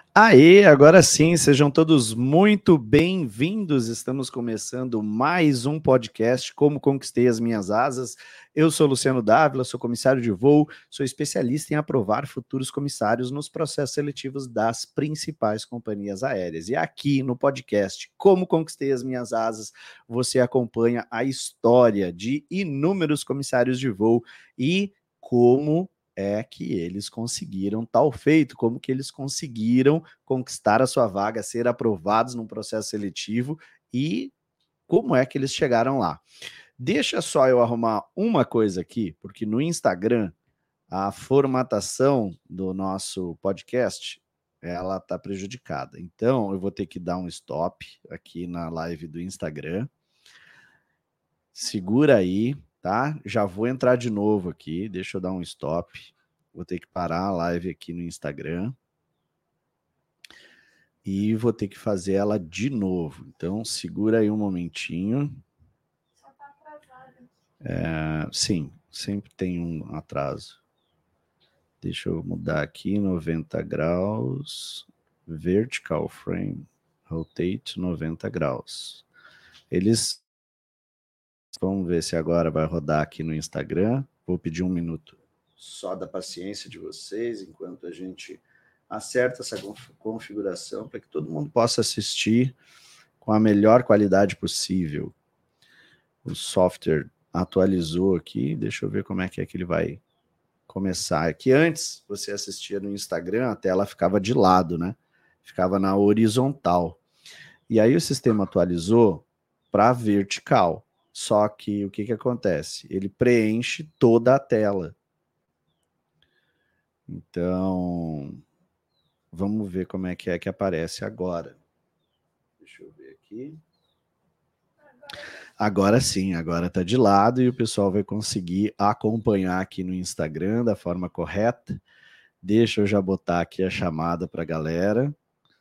Aê, agora sim, sejam todos muito bem-vindos. Estamos começando mais um podcast, Como Conquistei as Minhas Asas. Eu sou Luciano Dávila, sou comissário de voo, sou especialista em aprovar futuros comissários nos processos seletivos das principais companhias aéreas. E aqui no podcast, Como Conquistei as Minhas Asas, você acompanha a história de inúmeros comissários de voo e como que eles conseguiram tal feito, como que eles conseguiram conquistar a sua vaga, ser aprovados num processo seletivo e como é que eles chegaram lá. Deixa só eu arrumar uma coisa aqui, porque no Instagram a formatação do nosso podcast ela está prejudicada. Então eu vou ter que dar um stop aqui na live do Instagram. Segura aí, tá? Já vou entrar de novo aqui. Deixa eu dar um stop. Vou ter que parar a live aqui no Instagram. E vou ter que fazer ela de novo. Então, segura aí um momentinho. Só tá atrasado. Sim, sempre tem um atraso. Deixa eu mudar aqui, 90 graus. Vertical frame. Rotate 90 graus. Eles... Vamos ver se agora vai rodar aqui no Instagram. Vou pedir um minuto só da paciência de vocês, enquanto a gente acerta essa configuração para que todo mundo possa assistir com a melhor qualidade possível. O software atualizou aqui, deixa eu ver como é que ele vai começar. É que antes você assistia no Instagram, a tela ficava de lado, né? Ficava na horizontal. E aí o sistema atualizou para vertical. Só que o que acontece? Ele preenche toda a tela. Então, vamos ver como é que aparece agora. Deixa eu ver aqui. Agora sim, agora está de lado e o pessoal vai conseguir acompanhar aqui no Instagram da forma correta. Deixa eu já botar aqui a chamada para a galera.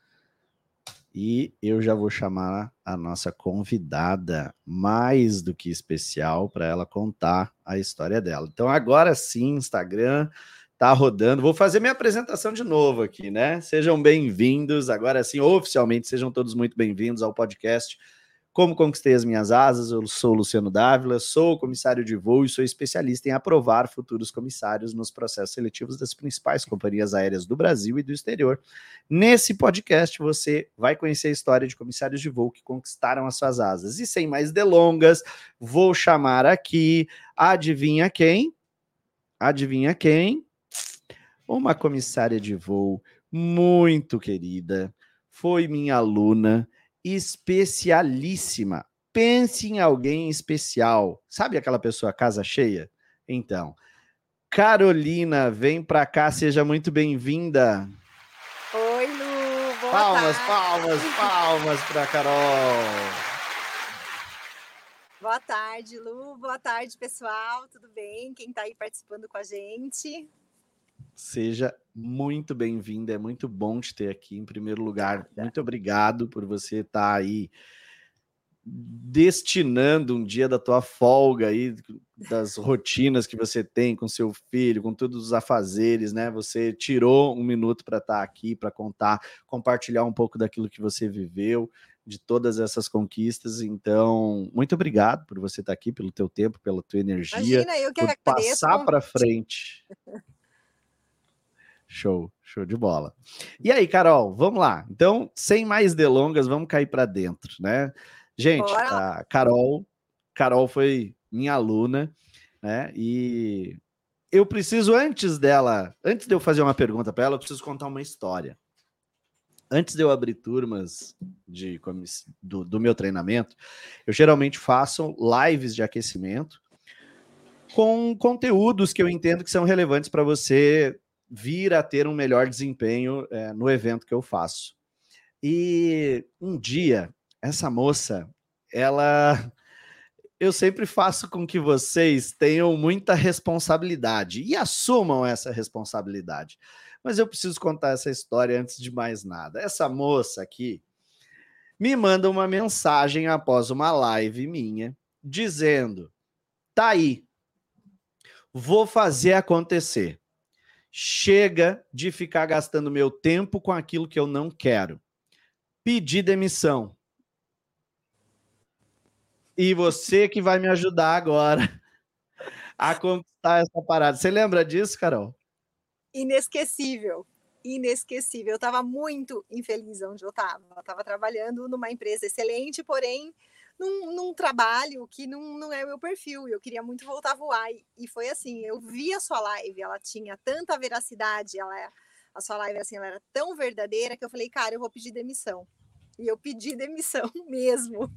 E eu já vou chamar a nossa convidada, mais do que especial, para ela contar a história dela. Então agora sim, Instagram tá rodando. Vou fazer minha apresentação de novo aqui, né? Sejam bem-vindos. Agora sim, oficialmente, sejam todos muito bem-vindos ao podcast Como Conquistei as Minhas Asas. Eu sou o Luciano Dávila, sou comissário de voo e sou especialista em aprovar futuros comissários nos processos seletivos das principais companhias aéreas do Brasil e do exterior. Nesse podcast, você vai conhecer a história de comissários de voo que conquistaram as suas asas. E sem mais delongas, vou chamar aqui, adivinha quem? Adivinha quem? Uma comissária de voo muito querida, foi minha aluna, especialíssima. Pense em alguém especial. Sabe aquela pessoa casa cheia? Então, Carolina, vem para cá, seja muito bem-vinda. Oi, Lu, boa tarde. Palmas para Carol. Boa tarde, Lu, boa tarde, pessoal, tudo bem? Quem está aí participando com a gente? Seja muito bem-vinda, é muito bom te ter aqui. Em primeiro lugar, muito obrigado por você estar aí destinando um dia da tua folga aí, das rotinas que você tem com seu filho, com todos os afazeres, né? Você tirou um minuto para estar aqui, para contar, compartilhar um pouco daquilo que você viveu, de todas essas conquistas. Então, muito obrigado por você estar aqui, pelo teu tempo, pela tua energia. Imagina, eu que por agradeço. Passar para frente. Show de bola. E aí, Carol, vamos lá. Então, sem mais delongas, vamos cair para dentro, né? Gente, a Carol foi minha aluna, né? E eu preciso, antes de eu fazer uma pergunta para ela, eu preciso contar uma história. Antes de eu abrir turmas do meu treinamento, eu geralmente faço lives de aquecimento com conteúdos que eu entendo que são relevantes para você vir a ter um melhor desempenho no evento que eu faço. E um dia, essa moça, eu sempre faço com que vocês tenham muita responsabilidade e assumam essa responsabilidade. Mas eu preciso contar essa história antes de mais nada. Essa moça aqui me manda uma mensagem após uma live minha, dizendo: tá aí, vou fazer acontecer. Chega de ficar gastando meu tempo com aquilo que eu não quero. Pedir demissão. E você que vai me ajudar agora a conquistar essa parada. Você lembra disso, Carol? Inesquecível. Inesquecível. Eu estava muito infeliz onde eu estava. Eu estava trabalhando numa empresa excelente, porém num trabalho que não é o meu perfil. Eu queria muito voltar a voar. E foi assim, eu vi a sua live, ela tinha tanta veracidade, a sua live assim, ela era tão verdadeira que eu falei, cara, eu vou pedir demissão. E eu pedi demissão mesmo.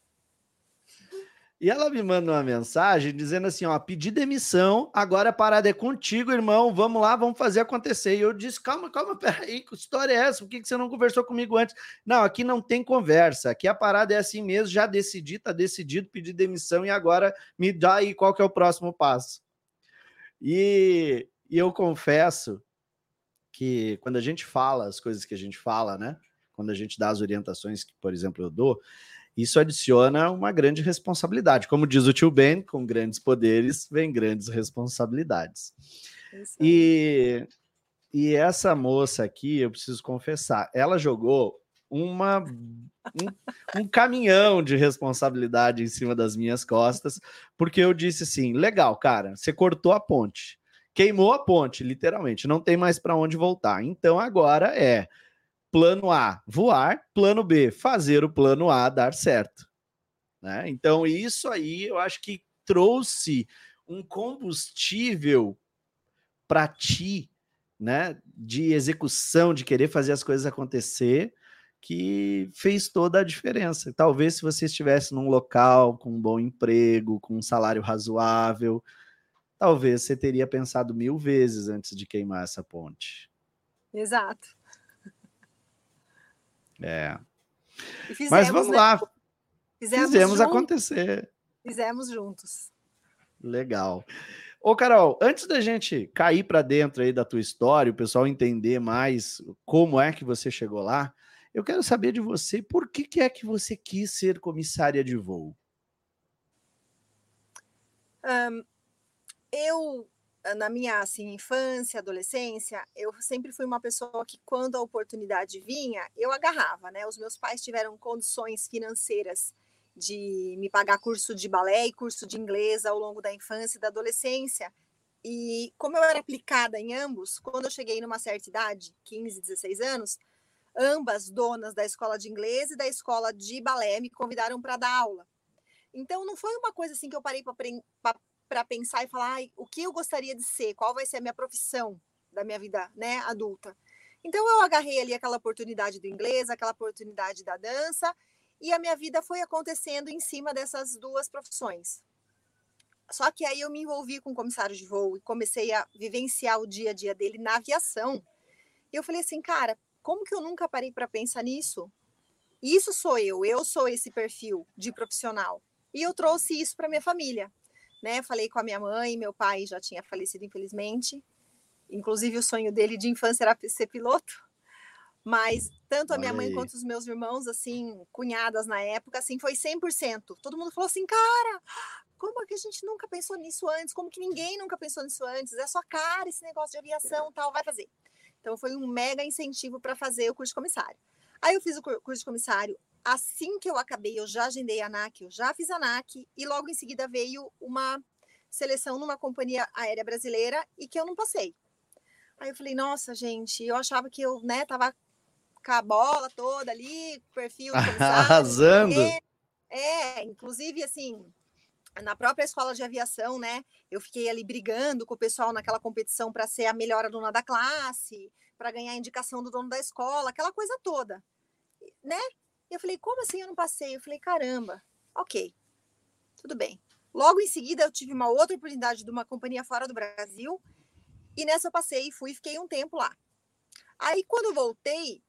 E ela me manda uma mensagem dizendo assim, ó, pedi demissão, agora a parada é contigo, irmão, vamos lá, vamos fazer acontecer. E eu disse, calma, peraí, que história é essa? Por que você não conversou comigo antes? Não, aqui não tem conversa, aqui a parada é assim mesmo, já decidi, tá decidido, pedi demissão e agora me dá aí qual que é o próximo passo. E eu confesso que quando a gente fala as coisas que a gente fala, né? Quando a gente dá as orientações que, por exemplo, eu dou, isso adiciona uma grande responsabilidade. Como diz o tio Ben, com grandes poderes vem grandes responsabilidades. E essa moça aqui, eu preciso confessar, ela jogou um caminhão de responsabilidade em cima das minhas costas, porque eu disse assim, legal, cara, você cortou a ponte, queimou a ponte, literalmente, não tem mais para onde voltar. Então agora é plano A, voar, plano B, fazer o plano A dar certo. Né? Então, isso aí eu acho que trouxe um combustível para ti, né, de execução, de querer fazer as coisas acontecer, que fez toda a diferença. Talvez se você estivesse num local com um bom emprego, com um salário razoável, talvez você teria pensado 1000 vezes antes de queimar essa ponte. Exato. Fizemos, mas vamos, né? Lá. Fizemos acontecer. Fizemos juntos. Legal. Ô, Carol, antes da gente cair para dentro aí da tua história, o pessoal entender mais como é que você chegou lá, eu quero saber de você, por que é que você quis ser comissária de voo? Eu, na minha assim, infância, adolescência, eu sempre fui uma pessoa que, quando a oportunidade vinha, eu agarrava, né? Os meus pais tiveram condições financeiras de me pagar curso de balé e curso de inglês ao longo da infância e da adolescência. E como eu era aplicada em ambos, quando eu cheguei numa certa idade, 15, 16 anos, ambas donas da escola de inglês e da escola de balé me convidaram para dar aula. Então não foi uma coisa assim que eu parei para pensar e falar, o que eu gostaria de ser, qual vai ser a minha profissão da minha vida, né, adulta. Então eu agarrei ali aquela oportunidade do inglês, aquela oportunidade da dança, e a minha vida foi acontecendo em cima dessas duas profissões. Só que aí eu me envolvi com o comissário de voo e comecei a vivenciar o dia a dia dele na aviação. E eu falei assim, cara, como que eu nunca parei para pensar nisso? Isso sou eu sou esse perfil de profissional. E eu trouxe isso para minha família. Né? Falei com a minha mãe, meu pai já tinha falecido, infelizmente. Inclusive, o sonho dele de infância era ser piloto. Mas tanto a minha mãe quanto os meus irmãos, assim, cunhadas na época, assim, foi 100%. Todo mundo falou assim, cara, como é que a gente nunca pensou nisso antes? Como que ninguém nunca pensou nisso antes? É sua cara esse negócio de aviação, tal, vai fazer. Então, foi um mega incentivo para fazer o curso de comissário. Aí eu fiz o curso de comissário. Assim que eu acabei, eu já agendei a ANAC, eu já fiz a ANAC, e logo em seguida veio uma seleção numa companhia aérea brasileira e que eu não passei. Aí eu falei, nossa, gente, eu achava que eu, né, tava com a bola toda ali, perfil de comissário. Arrasando! Inclusive, assim, na própria escola de aviação, né, eu fiquei ali brigando com o pessoal naquela competição para ser a melhor aluna da classe, para ganhar a indicação do dono da escola, aquela coisa toda, né? E eu falei, como assim eu não passei? Eu falei, caramba, ok, tudo bem. Logo em seguida, eu tive uma outra oportunidade de uma companhia fora do Brasil, e nessa eu passei e fui e fiquei um tempo lá. Aí, quando eu voltei,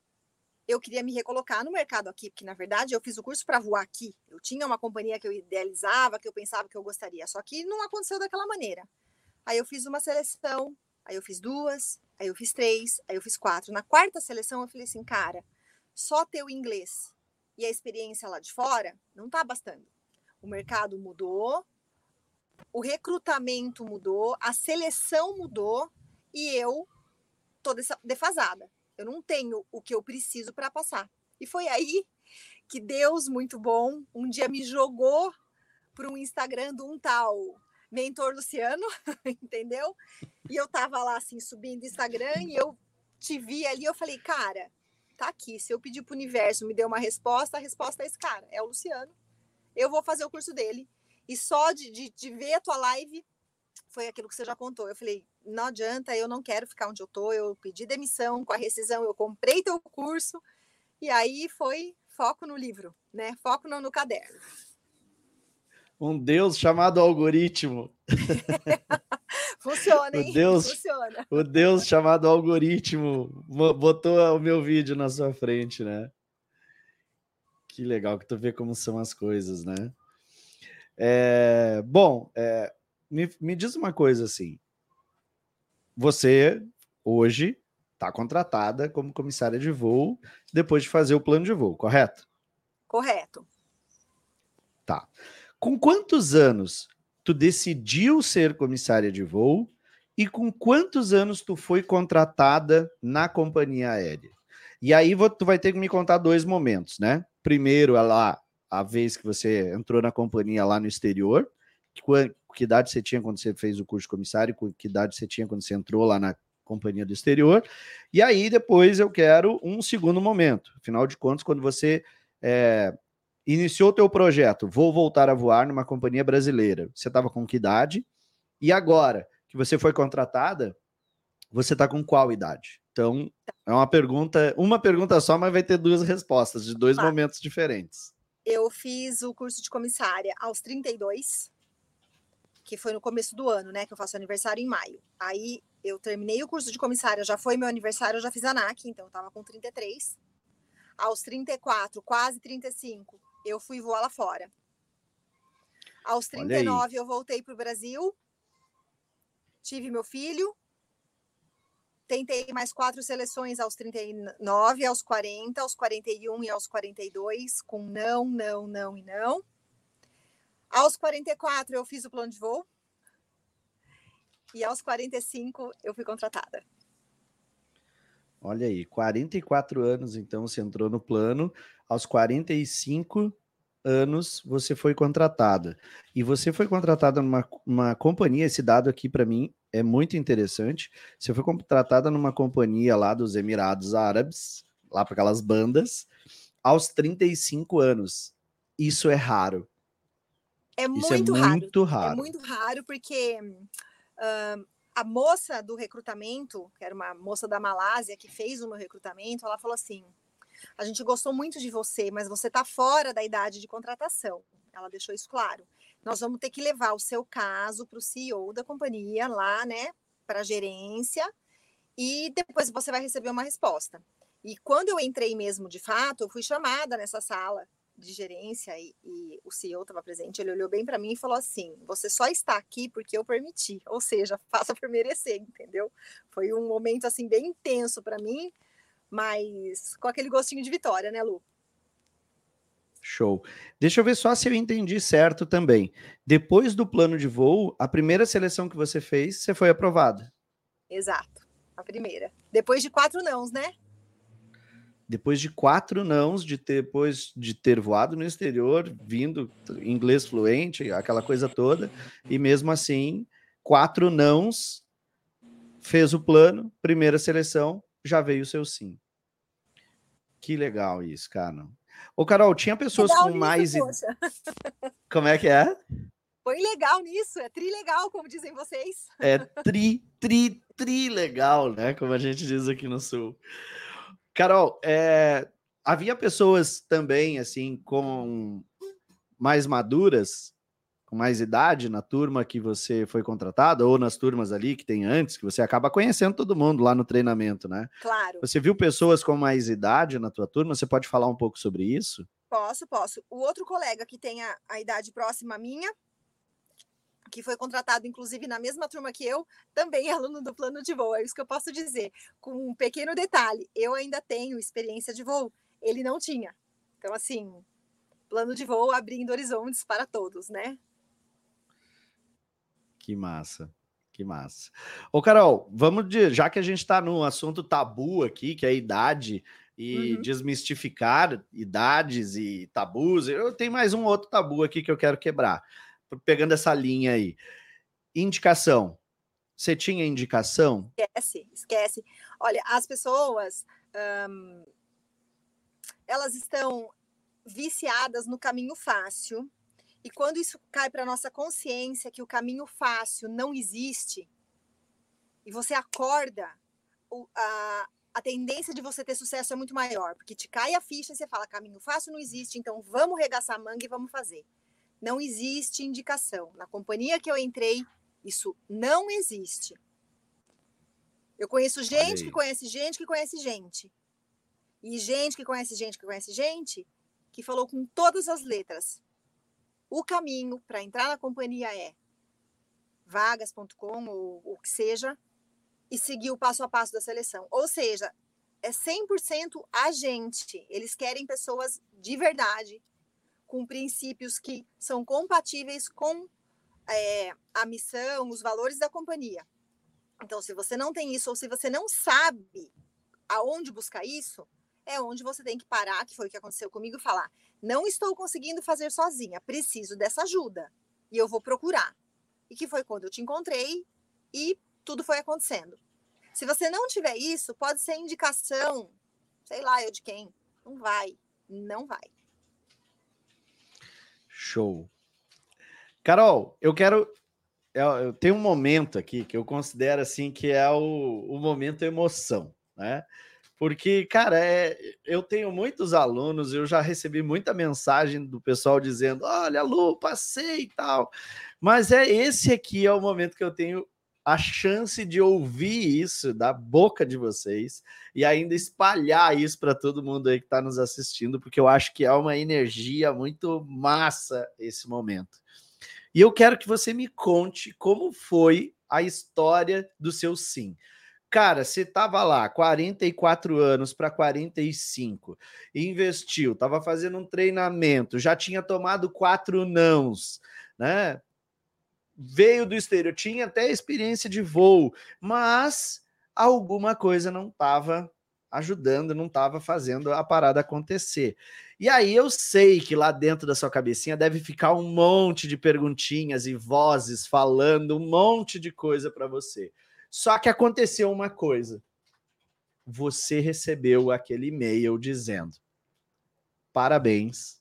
eu queria me recolocar no mercado aqui, porque, na verdade, eu fiz o curso para voar aqui. Eu tinha uma companhia que eu idealizava, que eu pensava que eu gostaria, só que não aconteceu daquela maneira. Aí eu fiz uma seleção, aí eu fiz 2, aí eu fiz 3, aí eu fiz 4. Na quarta seleção, eu falei assim, cara, só ter o inglês e a experiência lá de fora não tá bastando. O mercado mudou, o recrutamento mudou, a seleção mudou, e eu tô defasada. Eu não tenho o que eu preciso para passar. E foi aí que Deus, muito bom, um dia me jogou para um Instagram de um tal Mentor Luciano, entendeu? E eu tava lá, assim, subindo o Instagram e eu te vi ali, eu falei, cara, tá aqui, se eu pedir pro universo me deu uma resposta, a resposta é esse cara, é o Luciano. Eu vou fazer o curso dele. E só de ver a tua live, foi aquilo que você já contou. Eu falei, não adianta, eu não quero ficar onde eu tô, eu pedi demissão, com a rescisão eu comprei teu curso, e aí foi foco no livro, né? Foco no caderno. Um Deus chamado algoritmo. Funciona, hein? Funciona. O Deus chamado algoritmo botou o meu vídeo na sua frente, né? Que legal que tu vê como são as coisas, né? Me diz uma coisa assim. Você, hoje, está contratada como comissária de voo depois de fazer o plano de voo, correto? Correto. Tá. Com quantos anos tu decidiu ser comissária de voo e com quantos anos tu foi contratada na companhia aérea? E aí tu vai ter que me contar 2 momentos, né? Primeiro, a vez que você entrou na companhia lá no exterior, que idade você tinha quando você fez o curso de comissário, que idade você tinha quando você entrou lá na companhia do exterior, e aí depois eu quero um segundo momento. Afinal de contas, quando você iniciou o teu projeto, vou voltar a voar numa companhia brasileira, você estava com que idade? E agora que você foi contratada, você está com qual idade? Então, é uma pergunta só, mas vai ter 2 respostas, de 2 momentos diferentes. Eu fiz o curso de comissária aos 32, que foi no começo do ano, né? Que eu faço aniversário em maio. Aí eu terminei o curso de comissária, já foi meu aniversário, eu já fiz ANAC, então eu tava com 33. Aos 34, quase 35, eu fui voar lá fora. Aos 39, eu voltei pro Brasil, tive meu filho, tentei mais 4 seleções aos 39, aos 40, aos 41 e aos 42, com não, não, não e não. Aos 44, eu fiz o plano de voo. E aos 45, eu fui contratada. Olha aí, 44 anos, então, você entrou no plano. Aos 45 anos, você foi contratada. E você foi contratada numa companhia, esse dado aqui, para mim, é muito interessante. Você foi contratada numa companhia lá dos Emirados Árabes, lá para aquelas bandas, aos 35 anos. Isso é raro. Isso é muito raro. É muito raro, porque a moça do recrutamento, que era uma moça da Malásia que fez o meu recrutamento, ela falou assim: a gente gostou muito de você, mas você está fora da idade de contratação. Ela deixou isso claro. Nós vamos ter que levar o seu caso para o CEO da companhia lá, né, para a gerência, e depois você vai receber uma resposta. E quando eu entrei mesmo de fato, eu fui chamada nessa sala de gerência e o CEO estava presente, ele olhou bem para mim e falou assim: você só está aqui porque eu permiti, ou seja, faça por merecer, entendeu? Foi um momento assim bem intenso para mim, mas com aquele gostinho de vitória, né, Lu? Show. Deixa eu ver só se eu entendi certo também. Depois do plano de voo, a primeira seleção que você fez, você foi aprovada. Exato, a primeira. Depois de 4 nãos, né? Depois de 4 nãos, depois de ter voado no exterior, vindo inglês fluente, aquela coisa toda, e mesmo assim, 4 nãos, fez o plano, primeira seleção, já veio o seu sim. Que legal isso, cara. Ô, Carol, tinha pessoas legal com nisso, mais... Poxa. Como é que é? Foi legal nisso, é trilegal, como dizem vocês. É tri legal, né? Como a gente diz aqui no Sul. Carol, havia pessoas também, assim, com mais maduras, com mais idade na turma que você foi contratada, ou nas turmas ali que tem antes, que você acaba conhecendo todo mundo lá no treinamento, né? Claro. Você viu pessoas com mais idade na tua turma? Você pode falar um pouco sobre isso? Posso. O outro colega que tem a idade próxima à minha, que foi contratado, inclusive, na mesma turma que eu, também é aluno do plano de voo. É isso que eu posso dizer. Com um pequeno detalhe, eu ainda tenho experiência de voo, ele não tinha. Então, assim, plano de voo abrindo horizontes para todos, né? Que massa. Que massa. Ô, Carol, já que a gente está no assunto tabu aqui, que é a idade, e desmistificar idades e tabus, eu tenho mais um outro tabu aqui que eu quero quebrar. Pegando essa linha aí. Indicação. Você tinha indicação? Esquece. Olha, as pessoas, elas estão viciadas no caminho fácil, e quando isso cai para nossa consciência que o caminho fácil não existe, e você acorda, a tendência de você ter sucesso é muito maior, porque te cai a ficha e você fala, caminho fácil não existe, então vamos regaçar a manga e vamos fazer. Não existe indicação. Na companhia que eu entrei, isso não existe. Eu conheço gente que conhece gente que conhece gente. E gente que conhece gente que conhece gente que falou com todas as letras. O caminho para entrar na companhia é vagas.com ou o que seja e seguir o passo a passo da seleção. Ou seja, é 100% a gente. Eles querem pessoas de verdade, com princípios que são compatíveis com a missão, os valores da companhia. Então, se você não tem isso, ou se você não sabe aonde buscar isso, é onde você tem que parar, que foi o que aconteceu comigo, e falar, não estou conseguindo fazer sozinha, preciso dessa ajuda, e eu vou procurar. E que foi quando eu te encontrei, e tudo foi acontecendo. Se você não tiver isso, pode ser indicação, sei lá, eu de quem. Não vai. Show. Carol, eu tenho um momento aqui que eu considero assim que é o momento emoção, né? Porque, cara, eu tenho muitos alunos, eu já recebi muita mensagem do pessoal dizendo, olha, Lu, passei e tal. Mas esse aqui é o momento que eu tenho a chance de ouvir isso da boca de vocês e ainda espalhar isso para todo mundo aí que está nos assistindo, porque eu acho que é uma energia muito massa esse momento. E eu quero que você me conte como foi a história do seu sim. Cara, você estava lá, 44 anos para 45, investiu, estava fazendo um treinamento, já tinha tomado 4 nãos, né? Veio do exterior, tinha até experiência de voo, mas alguma coisa não estava ajudando, não estava fazendo a parada acontecer. E aí eu sei que lá dentro da sua cabecinha deve ficar um monte de perguntinhas e vozes falando um monte de coisa para você. Só que aconteceu uma coisa. Você recebeu aquele e-mail dizendo: parabéns,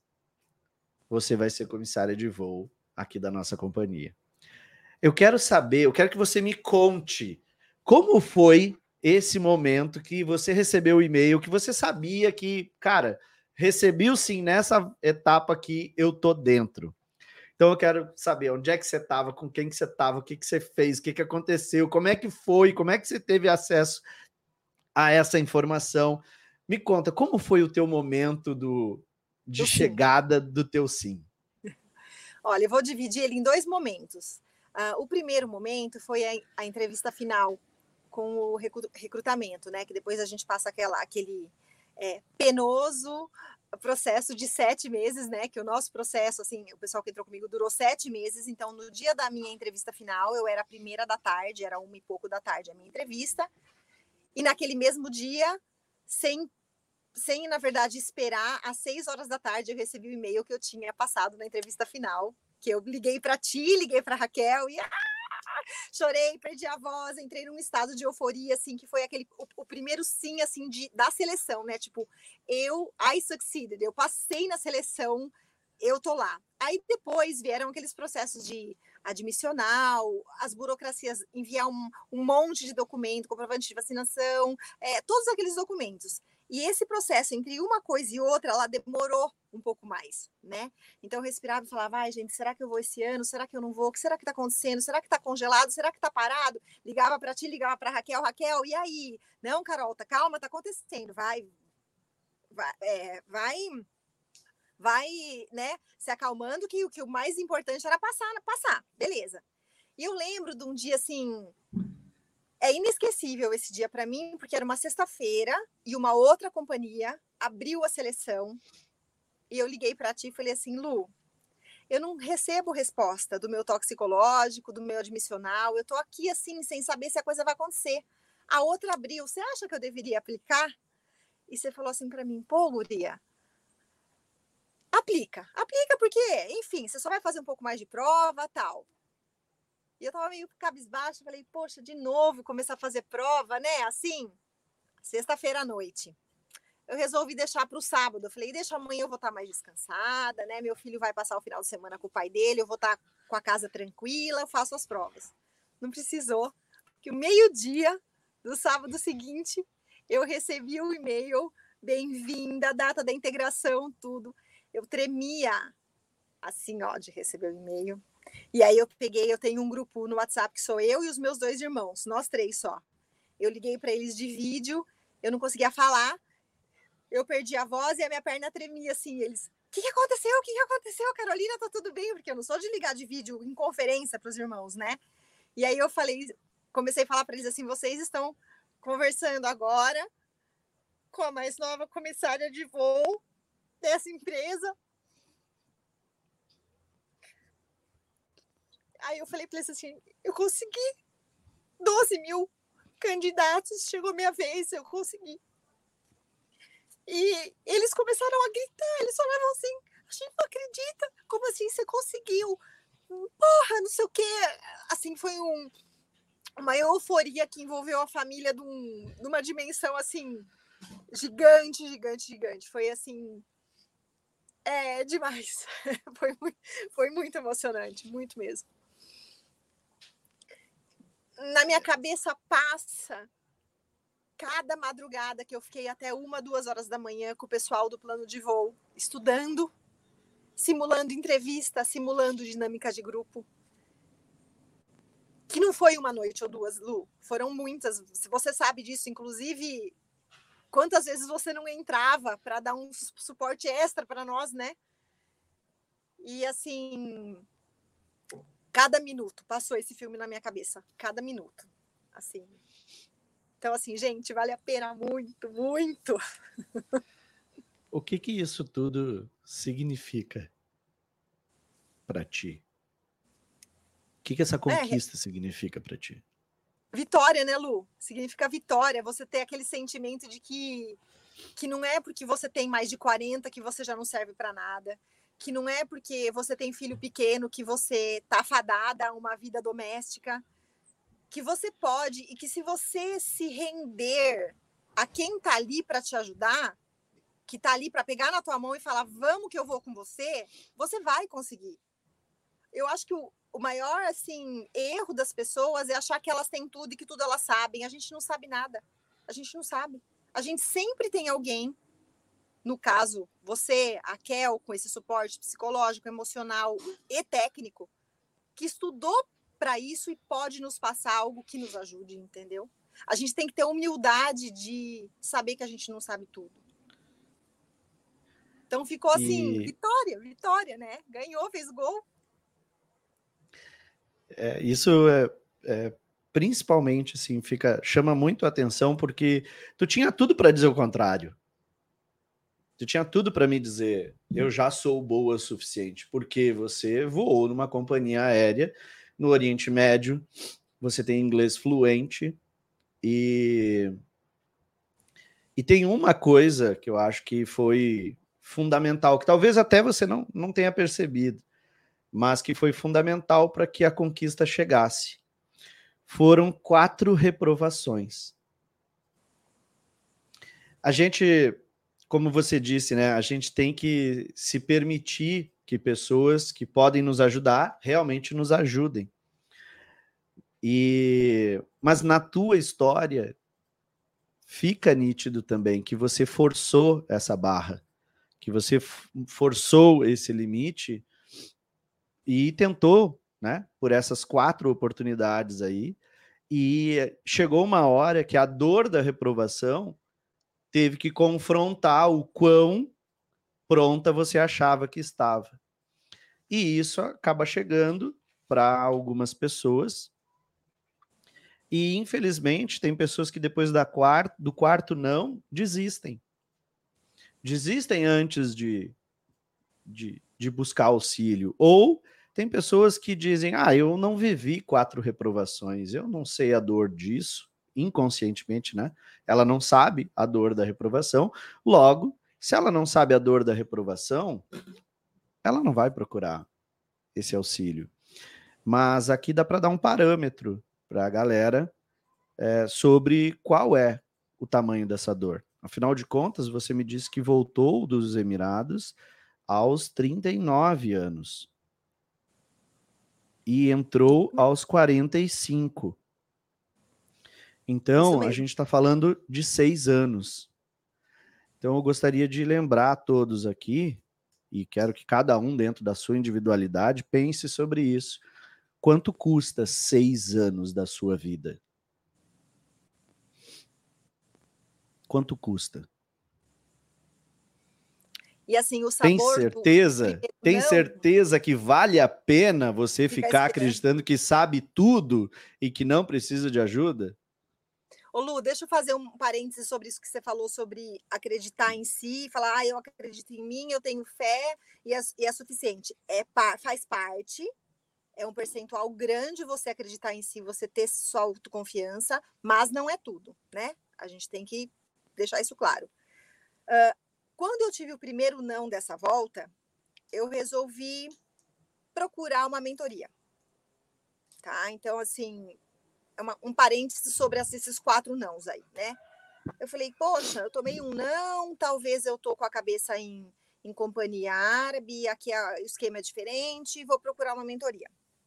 você vai ser comissária de voo aqui da nossa companhia. Eu quero que você me conte como foi esse momento que você recebeu o e-mail, que você sabia que, cara, recebi o sim nessa etapa que eu tô dentro. Então eu quero saber onde é que você estava, com quem que você estava, o que que você fez, o que que aconteceu, como é que foi, como é que você teve acesso a essa informação. Me conta, como foi o teu momento de chegada do teu sim? Olha, eu vou dividir ele em 2 momentos. O primeiro momento foi a entrevista final com o recrutamento, né? Que depois a gente passa aquele penoso processo de 7 meses, né? Que o nosso processo, assim, o pessoal que entrou comigo durou 7 meses. Então, no dia da minha entrevista final, eu era a primeira da tarde, era 1 e pouco da tarde a minha entrevista. E naquele mesmo dia, sem na verdade, esperar, às 6 horas da tarde, eu recebi o e-mail que eu tinha passado na entrevista final, que eu liguei para ti, liguei para Raquel e chorei, perdi a voz, entrei num estado de euforia, assim, que foi o primeiro sim, assim, da seleção, né? Tipo, I succeeded, eu passei na seleção, eu tô lá. Aí depois vieram aqueles processos de admissional, as burocracias, enviar um monte de documento, comprovante de vacinação, todos aqueles documentos. E esse processo entre uma coisa e outra, ela demorou um pouco mais, né? Então eu respirava e falava, ai gente, será que eu vou esse ano? Será que eu não vou? O que será que tá acontecendo? Será que tá congelado? Será que tá parado? Ligava para ti, ligava para Raquel, e aí? Não, Carol, calma, tá acontecendo, vai, né, se acalmando, que o mais importante era passar, beleza. E eu lembro de um dia assim, é inesquecível esse dia para mim, porque era uma sexta-feira e uma outra companhia abriu a seleção e eu liguei para ti e falei assim, Lu, eu não recebo resposta do meu toxicológico, do meu admissional, eu tô aqui assim, sem saber se a coisa vai acontecer. A outra abriu, você acha que eu deveria aplicar? E você falou assim para mim, pô, guria, aplica porque, enfim, você só vai fazer um pouco mais de prova, tal. E eu tava meio cabisbaixa, falei, poxa, de novo começar a fazer prova, né, assim, sexta-feira à noite. Eu resolvi deixar para o sábado. Eu falei, deixa amanhã, eu vou estar mais descansada, né? Meu filho vai passar o final de semana com o pai dele, eu vou estar com a casa tranquila, eu faço as provas. Não precisou, porque o meio-dia do sábado seguinte, eu recebi um e-mail, bem-vinda, data da integração, tudo. Eu tremia, assim, ó, de receber o e-mail. E aí eu tenho um grupo no WhatsApp que sou eu e os meus 2 irmãos, nós 3 só. Eu liguei para eles de vídeo, eu não conseguia falar, eu perdi a voz e a minha perna tremia assim. Eles, o que aconteceu? O que aconteceu? Carolina, tá tudo bem? Porque eu não sou de ligar de vídeo em conferência para os irmãos, né? E aí eu comecei a falar para eles assim: vocês estão conversando agora com a mais nova comissária de voo dessa empresa. Aí eu falei para eles assim: eu consegui 12 mil candidatos, chegou minha vez, eu consegui. E eles começaram a gritar, eles falavam assim, a gente não acredita, como assim você conseguiu? Porra, não sei o quê. Assim, foi uma euforia que envolveu a família de uma dimensão, assim, gigante, gigante, gigante. Foi, assim, demais. Foi muito emocionante, muito mesmo. Na minha cabeça passa cada madrugada que eu fiquei até 1, 2 horas da manhã com o pessoal do plano de voo, estudando, simulando entrevista, simulando dinâmica de grupo. Que não foi uma noite ou duas, Lu, foram muitas. Você sabe disso, inclusive, quantas vezes você não entrava para dar um suporte extra para nós, né? E assim, cada minuto passou esse filme na minha cabeça, cada minuto, assim. Então, assim, gente, vale a pena muito, muito. O que isso tudo significa para ti? O que essa conquista significa para ti? Vitória, né, Lu? Significa vitória. Você ter aquele sentimento de que não é porque você tem mais de 40 que você já não serve para nada. Que não é porque você tem filho pequeno que você tá fadada a uma vida doméstica. Que você pode, e que se você se render a quem tá ali para te ajudar, que tá ali para pegar na tua mão e falar, vamos que eu vou com você, você vai conseguir. Eu acho que o maior, assim, erro das pessoas é achar que elas têm tudo e que tudo elas sabem. A gente não sabe nada. A gente não sabe. A gente sempre tem alguém, no caso, você, a Kel, com esse suporte psicológico, emocional e técnico, que estudou para isso e pode nos passar algo que nos ajude, entendeu? A gente tem que ter humildade de saber que a gente não sabe tudo. Então ficou assim, vitória, né? Ganhou, fez gol. Isso principalmente assim, chama muito a atenção porque tu tinha tudo para dizer o contrário. Tu tinha tudo para me dizer, eu já sou boa o suficiente, porque você voou numa companhia aérea no Oriente Médio, você tem inglês fluente e tem uma coisa que eu acho que foi fundamental, que talvez até você não tenha percebido, mas que foi fundamental para que a conquista chegasse. Foram 4 reprovações. A gente, como você disse, né, a gente tem que se permitir que pessoas que podem nos ajudar realmente nos ajudem. Mas na tua história fica nítido também que você forçou essa barra, que você forçou esse limite e tentou, né, por essas 4 oportunidades aí, e chegou uma hora que a dor da reprovação teve que confrontar o quão pronta você achava que estava. E isso acaba chegando para algumas pessoas. E, infelizmente, tem pessoas que depois do quarto não, desistem. Desistem antes de de buscar auxílio. Ou tem pessoas que dizem, eu não vivi 4 reprovações, eu não sei a dor disso, inconscientemente, né? Ela não sabe a dor da reprovação, logo, se ela não sabe a dor da reprovação, ela não vai procurar esse auxílio. Mas aqui dá para dar um parâmetro para a galera sobre qual é o tamanho dessa dor. Afinal de contas, você me disse que voltou dos Emirados aos 39 anos e entrou aos 45. Então, a gente está falando de 6 anos. Então, eu gostaria de lembrar a todos aqui, e quero que cada um, dentro da sua individualidade, pense sobre isso. Quanto custa 6 anos da sua vida? Quanto custa? E assim, o sabor Tem certeza que vale a pena você ficar acreditando que sabe tudo e que não precisa de ajuda? Ô Lu, deixa eu fazer um parêntese sobre isso que você falou, sobre acreditar em si, falar, eu acredito em mim, eu tenho fé e é suficiente. Faz parte, é um percentual grande você acreditar em si, você ter sua autoconfiança, mas não é tudo, né? A gente tem que deixar isso claro. Quando eu tive o primeiro não dessa volta, eu resolvi procurar uma mentoria, tá? Então, assim, um parêntese sobre esses 4 nãos aí, né? Eu falei, poxa, eu tomei um não, talvez eu tô com a cabeça em companhia árabe, aqui o esquema é diferente, vou procurar uma mentoria.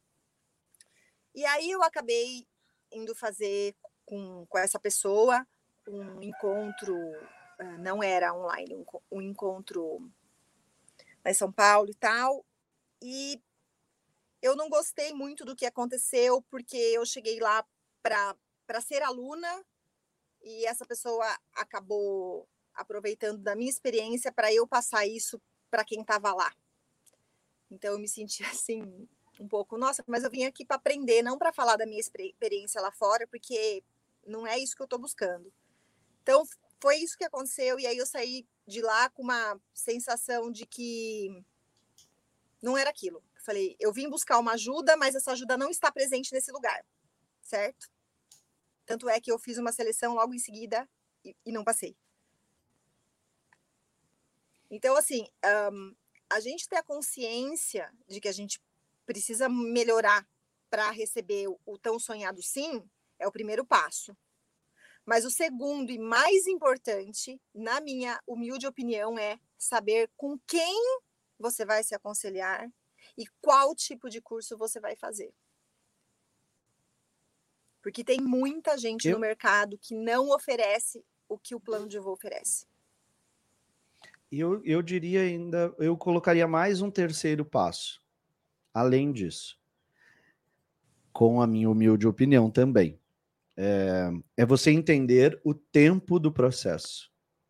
E aí eu acabei indo fazer com essa pessoa um encontro, não era online, um encontro lá em São Paulo e tal, e eu não gostei muito do que aconteceu, porque eu cheguei lá para ser aluna e essa pessoa acabou aproveitando da minha experiência para eu passar isso para quem estava lá. Então eu me senti assim um pouco, nossa, mas eu vim aqui para aprender, não para falar da minha experiência lá fora, porque não é isso que eu estou buscando. Então foi isso que aconteceu e aí eu saí de lá com uma sensação de que não era aquilo. Eu falei, eu vim buscar uma ajuda, mas essa ajuda não está presente nesse lugar, certo? Tanto é que eu fiz uma seleção logo em seguida e não passei. Então, assim, a gente ter a consciência de que a gente precisa melhorar para receber o tão sonhado sim, é o primeiro passo. Mas o segundo e mais importante, na minha humilde opinião, é saber com quem você vai se aconselhar e qual tipo de curso você vai fazer. Porque tem muita gente no mercado que não oferece o que o plano de voo oferece. Eu diria ainda, eu colocaria mais um terceiro passo, além disso, com a minha humilde opinião também. É você entender o tempo do processo.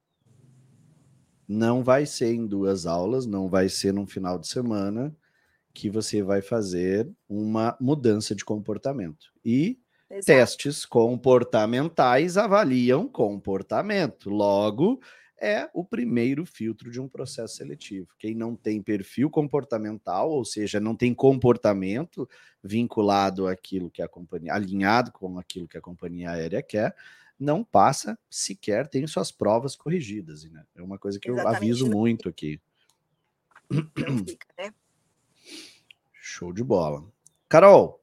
Não vai ser em 2 aulas, não vai ser num final de semana que você vai fazer uma mudança de comportamento. E Exato. Testes comportamentais avaliam comportamento. Logo, é o primeiro filtro de um processo seletivo. Quem não tem perfil comportamental, ou seja, não tem comportamento vinculado àquilo que a companhia, alinhado com aquilo que a companhia aérea quer, não passa sequer, tem suas provas corrigidas. Né? É uma coisa que eu aviso muito aqui. Não fica, né? Show de bola. Carol,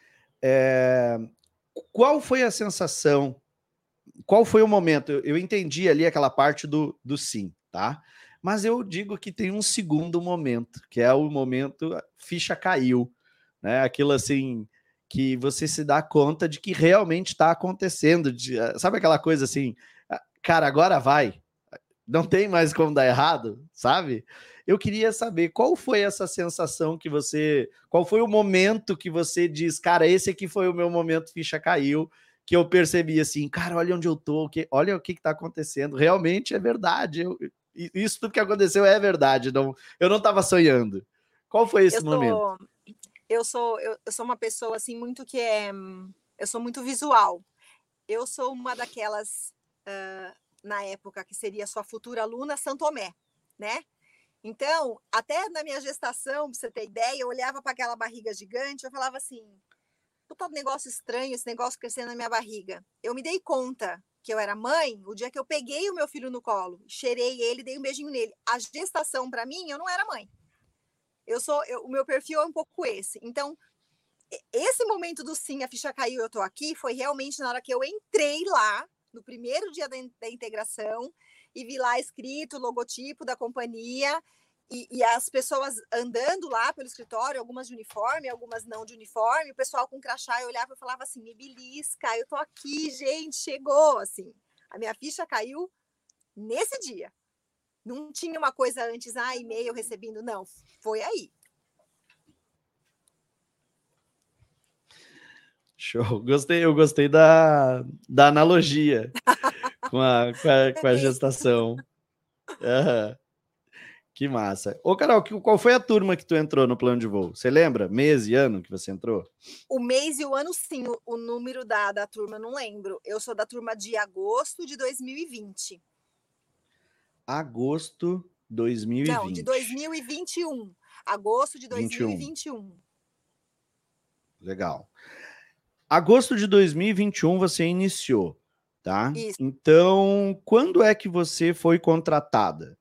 qual foi a sensação? Qual foi o momento? Eu entendi ali aquela parte do sim, tá? Mas eu digo que tem um segundo momento, que é o momento ficha caiu, né? Aquilo assim que você se dá conta de que realmente está acontecendo. Sabe aquela coisa assim, cara, agora vai. Não tem mais como dar errado, sabe? Eu queria saber qual foi essa sensação que você... Qual foi o momento que você diz, cara, esse aqui foi o meu momento, ficha caiu, que eu percebi assim, cara, olha onde eu tô, olha o que está acontecendo, realmente é verdade. Isso tudo que aconteceu é verdade, eu não estava sonhando. Qual foi esse momento? Eu sou uma pessoa assim muito eu sou muito visual. Eu sou uma daquelas na época que seria sua futura aluna Santo Tomé, né? Então, até na minha gestação, pra você ter ideia, eu olhava para aquela barriga gigante, eu falava assim, puta negócio estranho, esse negócio crescendo na minha barriga. Eu me dei conta que eu era mãe o dia que eu peguei o meu filho no colo, cheirei ele, dei um beijinho nele. A gestação, para mim, eu não era mãe. O meu perfil é um pouco esse. Então, esse momento do sim, a ficha caiu, eu tô aqui, foi realmente na hora que eu entrei lá, no primeiro dia da integração, e vi lá escrito o logotipo da companhia, e as pessoas andando lá pelo escritório, algumas de uniforme, algumas não de uniforme, o pessoal com crachá, eu olhava e falava assim, me belisca, eu tô aqui, gente, chegou, assim. A minha ficha caiu nesse dia. Não tinha uma coisa antes, e-mail recebendo, não, foi aí. Show. Eu gostei da analogia com a gestação. Uhum. Que massa. Ô, Carol, qual foi a turma que tu entrou no plano de voo? Você lembra? Mês e ano que você entrou? O mês e o ano, sim. O número da turma, não lembro. Eu sou da turma de agosto de 2020. Agosto 2020. Não, de 2021. Agosto de 2021. Legal. Agosto de 2021 você iniciou, tá? Isso. Então, quando é que você foi contratada?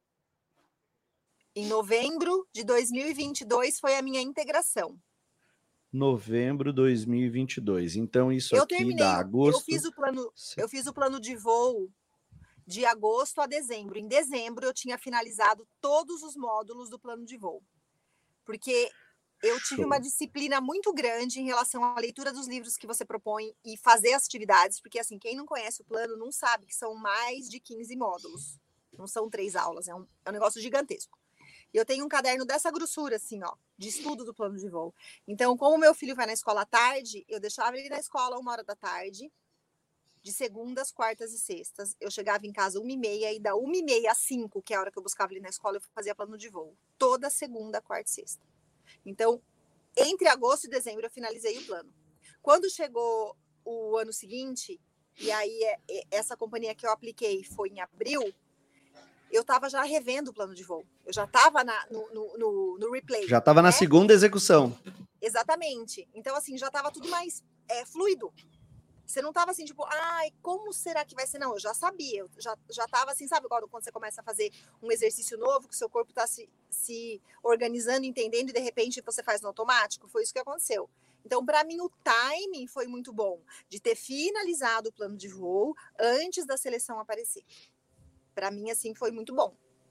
Em novembro de 2022 foi a minha integração. Novembro de 2022. Então, isso aqui dá agosto... Eu fiz o plano de voo de agosto a dezembro. Em dezembro, eu tinha finalizado todos os módulos do plano de voo. Porque eu tive uma disciplina muito grande em relação à leitura dos livros que você propõe e fazer as atividades, porque assim, quem não conhece o plano não sabe que são mais de 15 módulos. Não são 3 aulas, é um negócio gigantesco. E eu tenho um caderno dessa grossura, assim, ó, de estudo do plano de voo. Então, como meu filho vai na escola à tarde, eu deixava ele na escola 1h da tarde, de segundas, quartas e sextas. Eu chegava em casa 1h30 e da 1h30 às 5, que é a hora que eu buscava ele na escola, eu fazia plano de voo. Toda segunda, quarta e sexta. Então, entre agosto e dezembro, eu finalizei o plano. Quando chegou o ano seguinte, e aí essa companhia que eu apliquei foi em abril, eu estava já revendo o plano de voo. Eu já estava no replay. Já estava na segunda execução. Exatamente. Então, assim, já estava tudo mais fluido. Você não estava assim, tipo, como será que vai ser? Não, eu já sabia. Eu já estava assim, sabe quando você começa a fazer um exercício novo, que o seu corpo está se organizando, entendendo, e de repente você faz no automático? Foi isso que aconteceu. Então, para mim, o timing foi muito bom, de ter finalizado o plano de voo antes da seleção aparecer. Para mim, assim, foi muito bom.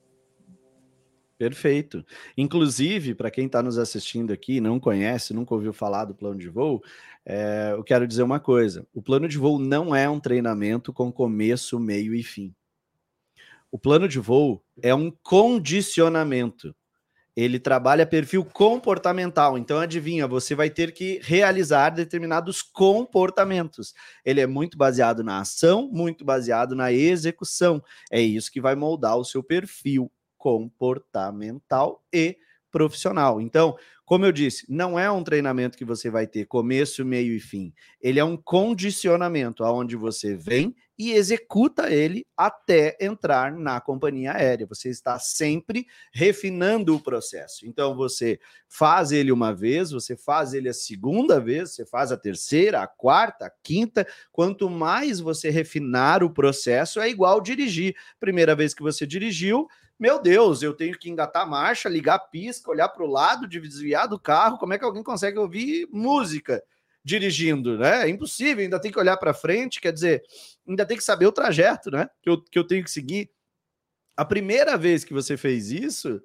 Perfeito. Inclusive, para quem está nos assistindo aqui, não conhece, nunca ouviu falar do plano de voo, eu quero dizer uma coisa. O plano de voo não é um treinamento com começo, meio e fim. O plano de voo é um condicionamento. Ele trabalha perfil comportamental. Então, adivinha, você vai ter que realizar determinados comportamentos. Ele é muito baseado na ação, muito baseado na execução. É isso que vai moldar o seu perfil comportamental e profissional. Então, como eu disse, não é um treinamento que você vai ter começo, meio e fim. Ele é um condicionamento aonde você vem e executa ele até entrar na companhia aérea. Você está sempre refinando o processo. Então, você faz ele uma vez, você faz ele a segunda vez, você faz a terceira, a quarta, a quinta. Quanto mais você refinar o processo, é igual dirigir. Primeira vez que você dirigiu, meu Deus, eu tenho que engatar a marcha, ligar a pisca, olhar para o lado, desviar do carro. Como é que alguém consegue ouvir música dirigindo, né? É impossível, ainda tem que olhar para frente, quer dizer, ainda tem que saber o trajeto, né? Que eu tenho que seguir. A primeira vez que você fez isso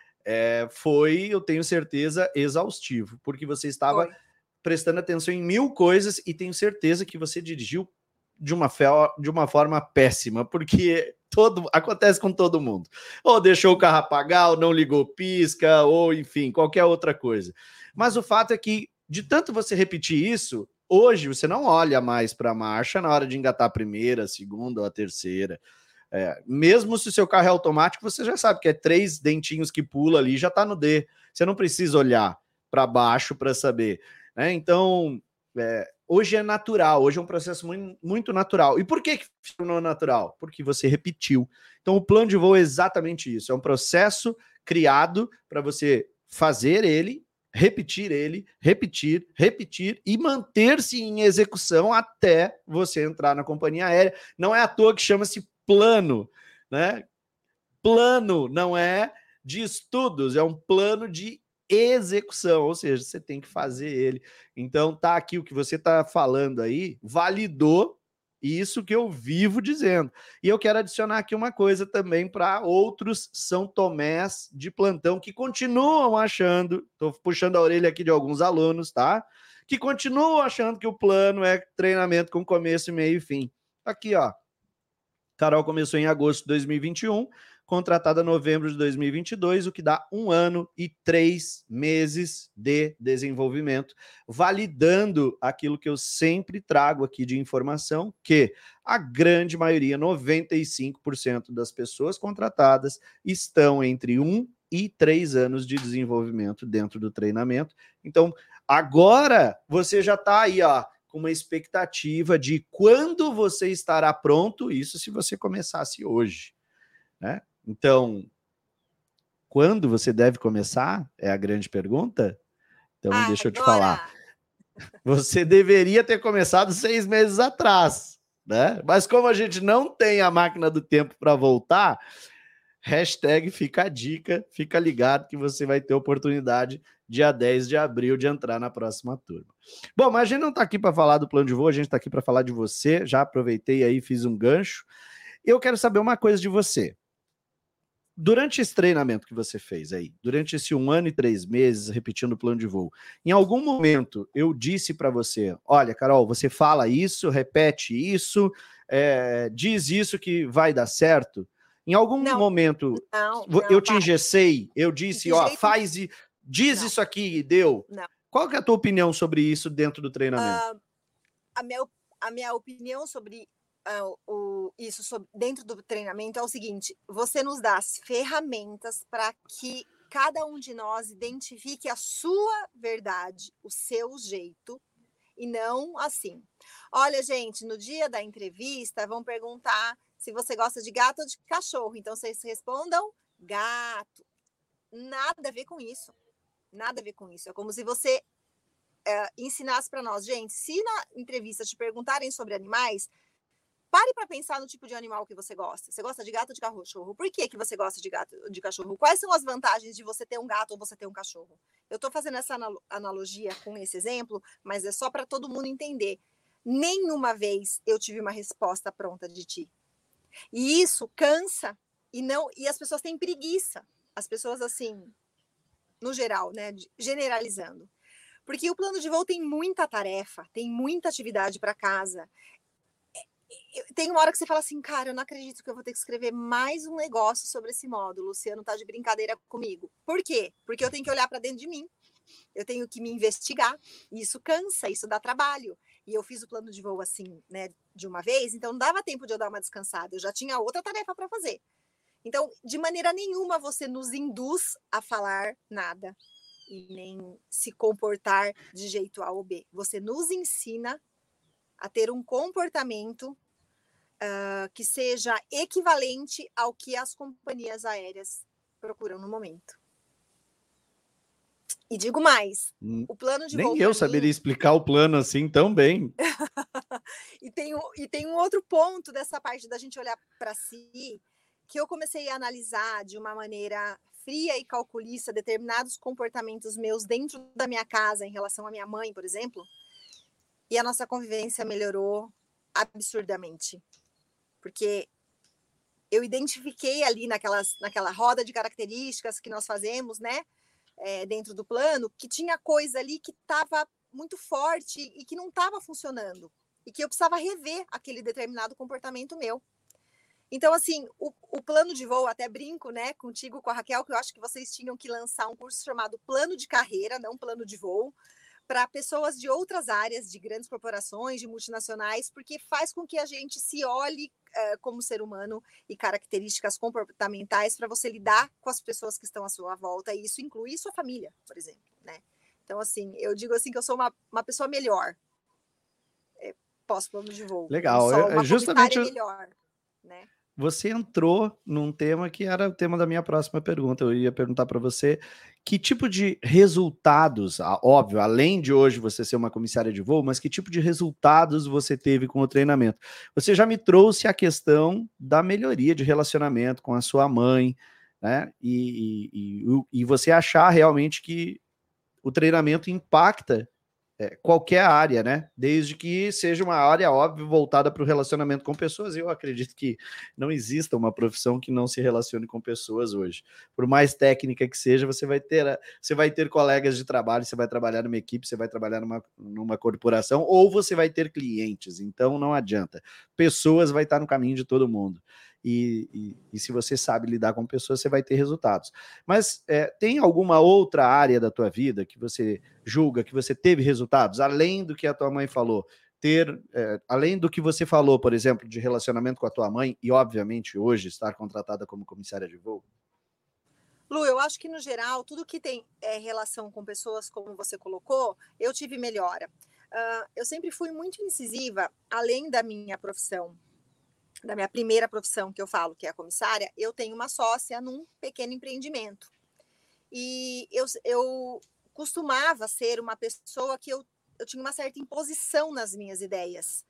foi, eu tenho certeza, exaustivo, porque você estava prestando atenção em 1000 coisas e tenho certeza que você dirigiu de uma forma péssima, porque acontece com todo mundo. Ou deixou o carro apagar, ou não ligou pisca, ou enfim, qualquer outra coisa. Mas o fato é que, de tanto você repetir isso, hoje você não olha mais para a marcha na hora de engatar a primeira, a segunda ou a terceira. Mesmo se o seu carro é automático, você já sabe que é 3 dentinhos que pula ali, já está no D. Você não precisa olhar para baixo para saber, né? Então, hoje é natural, hoje é um processo muito, muito natural. E por que não é natural? Porque você repetiu. Então, o plano de voo é exatamente isso. É um processo criado para você fazer ele, repetir, repetir e manter-se em execução até você entrar na companhia aérea. Não é à toa que chama-se plano, né? Plano não é de estudos, é um plano de execução, ou seja, você tem que fazer ele. Então, tá aqui o que você tá falando aí, validou isso que eu vivo dizendo. E eu quero adicionar aqui uma coisa também para outros São Tomés de plantão que continuam achando, estou puxando a orelha aqui de alguns alunos, tá? Que continuam achando que o plano é treinamento com começo, meio e fim. Aqui, ó. Carol começou em agosto de 2021, contratada em novembro de 2022, o que dá 1 ano e 3 meses de desenvolvimento, validando aquilo que eu sempre trago aqui de informação, que a grande maioria, 95% das pessoas contratadas, estão entre 1 e 3 anos de desenvolvimento dentro do treinamento. Então, agora você já está aí, ó, com uma expectativa de quando você estará pronto, isso se você começasse hoje, né? Então, quando você deve começar? É a grande pergunta. Então, deixa eu te falar. Você deveria ter começado 6 meses atrás, né? Mas como a gente não tem a máquina do tempo para voltar, hashtag fica a dica, fica ligado que você vai ter oportunidade dia 10 de abril de entrar na próxima turma. Bom, mas a gente não está aqui para falar do plano de voo, a gente está aqui para falar de você. Já aproveitei aí, fiz um gancho. Eu quero saber uma coisa de você. Durante esse treinamento que você fez aí, durante esse 1 ano e 3 meses, repetindo o plano de voo, em algum momento eu disse para você, olha, Carol, você fala isso, repete isso, diz isso que vai dar certo? Em algum momento eu te engessei, eu disse, ó, faz e diz isso aqui e deu. Não. Qual que é a tua opinião sobre isso dentro do treinamento? A minha opinião sobre isso dentro do treinamento é o seguinte: você nos dá as ferramentas para que cada um de nós identifique a sua verdade, o seu jeito, e não assim. Olha, gente, no dia da entrevista vão perguntar se você gosta de gato ou de cachorro. Então, vocês respondam gato. Nada a ver com isso. Nada a ver com isso. É como se você ensinasse para nós, gente, se na entrevista te perguntarem sobre animais, pare para pensar no tipo de animal que você gosta. Você gosta de gato ou de cachorro? Por que você gosta de gato ou de cachorro? Quais são as vantagens de você ter um gato ou você ter um cachorro? Eu estou fazendo essa analogia com esse exemplo, mas é só para todo mundo entender. Nenhuma vez eu tive uma resposta pronta de ti. E isso cansa e as pessoas têm preguiça. As pessoas, assim, no geral, né, generalizando. Porque o plano de voo tem muita tarefa, tem muita atividade para casa. Tem uma hora que você fala assim, cara, eu não acredito que eu vou ter que escrever mais um negócio sobre esse módulo. O Luciano tá de brincadeira comigo. Por quê? Porque eu tenho que olhar para dentro de mim. Eu tenho que me investigar. E isso cansa, isso dá trabalho. E eu fiz o plano de voo assim, né, de uma vez, então não dava tempo de eu dar uma descansada. Eu já tinha outra tarefa para fazer. Então, de maneira nenhuma você nos induz a falar nada e nem se comportar de jeito A ou B. Você nos ensina a ter um comportamento que seja equivalente ao que as companhias aéreas procuram no momento. E digo mais, o plano de voo... Nem eu saberia explicar o plano assim tão bem. E tem um outro ponto dessa parte da gente olhar para si, que eu comecei a analisar de uma maneira fria e calculista determinados comportamentos meus dentro da minha casa em relação à minha mãe, por exemplo, e a nossa convivência melhorou absurdamente. Porque eu identifiquei ali naquela roda de características que nós fazemos, né, dentro do plano, que tinha coisa ali que estava muito forte e que não estava funcionando. E que eu precisava rever aquele determinado comportamento meu. Então, assim, o plano de voo, até brinco, né, contigo, com a Raquel, que eu acho que vocês tinham que lançar um curso chamado Plano de Carreira, não Plano de Voo, para pessoas de outras áreas, de grandes corporações, de multinacionais, porque faz com que a gente se olhe como ser humano e características comportamentais para você lidar com as pessoas que estão à sua volta, e isso inclui sua família, por exemplo, né? Então, assim, eu digo assim que eu sou uma pessoa melhor pós-plano de voo. Legal. Uma justamente melhor, né? você entrou num tema que era o tema da minha próxima pergunta. Eu ia perguntar para você que tipo de resultados, óbvio, além de hoje você ser uma comissária de voo, mas que tipo de resultados você teve com o treinamento? Você já me trouxe a questão da melhoria de relacionamento com a sua mãe, né? E você achar realmente que o treinamento impacta qualquer área, né? Desde que seja uma área, óbvio, voltada para o relacionamento com pessoas. Eu acredito que não exista uma profissão que não se relacione com pessoas hoje. Por mais técnica que seja, você vai ter colegas de trabalho, você vai trabalhar numa equipe, você vai trabalhar numa corporação, ou você vai ter clientes. Então, não adianta. Pessoas vai estar no caminho de todo mundo. E se você sabe lidar com pessoas, você vai ter resultados. Mas tem alguma outra área da tua vida que você julga que você teve resultados, além do que a tua mãe falou? Além do que você falou, por exemplo, de relacionamento com a tua mãe, e obviamente hoje estar contratada como comissária de voo? Lu, eu acho que no geral, tudo que tem relação com pessoas, como você colocou, eu tive melhora. Eu sempre fui muito incisiva, além da minha profissão, da minha primeira profissão que eu falo, que é a comissária, eu tenho uma sócia num pequeno empreendimento. E eu costumava ser uma pessoa que eu tinha uma certa imposição nas minhas ideias.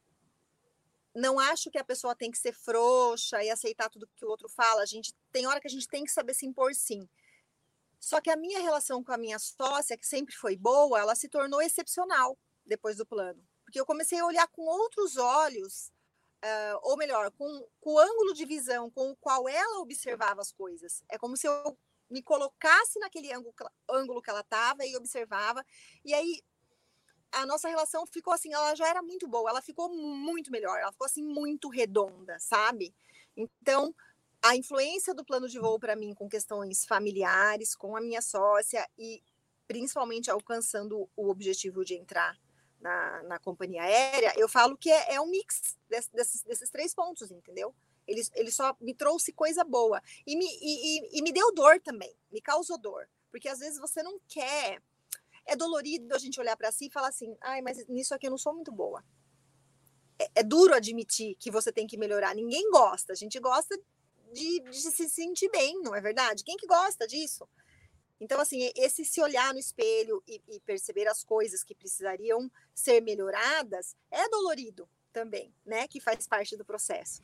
Não acho que a pessoa tem que ser frouxa e aceitar tudo que o outro fala. Tem hora que a gente tem que saber se impor, sim. Só que a minha relação com a minha sócia, que sempre foi boa, ela se tornou excepcional depois do plano. Porque eu comecei a olhar com outros olhos, ou melhor, com o ângulo de visão com o qual ela observava as coisas. É como se eu me colocasse naquele ângulo que ela estava e observava. E aí a nossa relação ficou assim, ela já era muito boa, ela ficou muito melhor, ela ficou assim muito redonda, sabe? Então, a influência do plano de voo para mim com questões familiares, com a minha sócia e principalmente alcançando o objetivo de entrar na companhia aérea, eu falo que é um mix desses 3 pontos, entendeu? Ele só me trouxe coisa boa e me deu dor também, me causou dor, porque às vezes você não quer. É dolorido a gente olhar para si e falar assim, ai, mas nisso aqui eu não sou muito boa. É duro admitir que você tem que melhorar. Ninguém gosta. A gente gosta de se sentir bem, não é verdade? Quem que gosta disso? Então, assim, esse se olhar no espelho e perceber as coisas que precisariam ser melhoradas é dolorido também, né? Que faz parte do processo.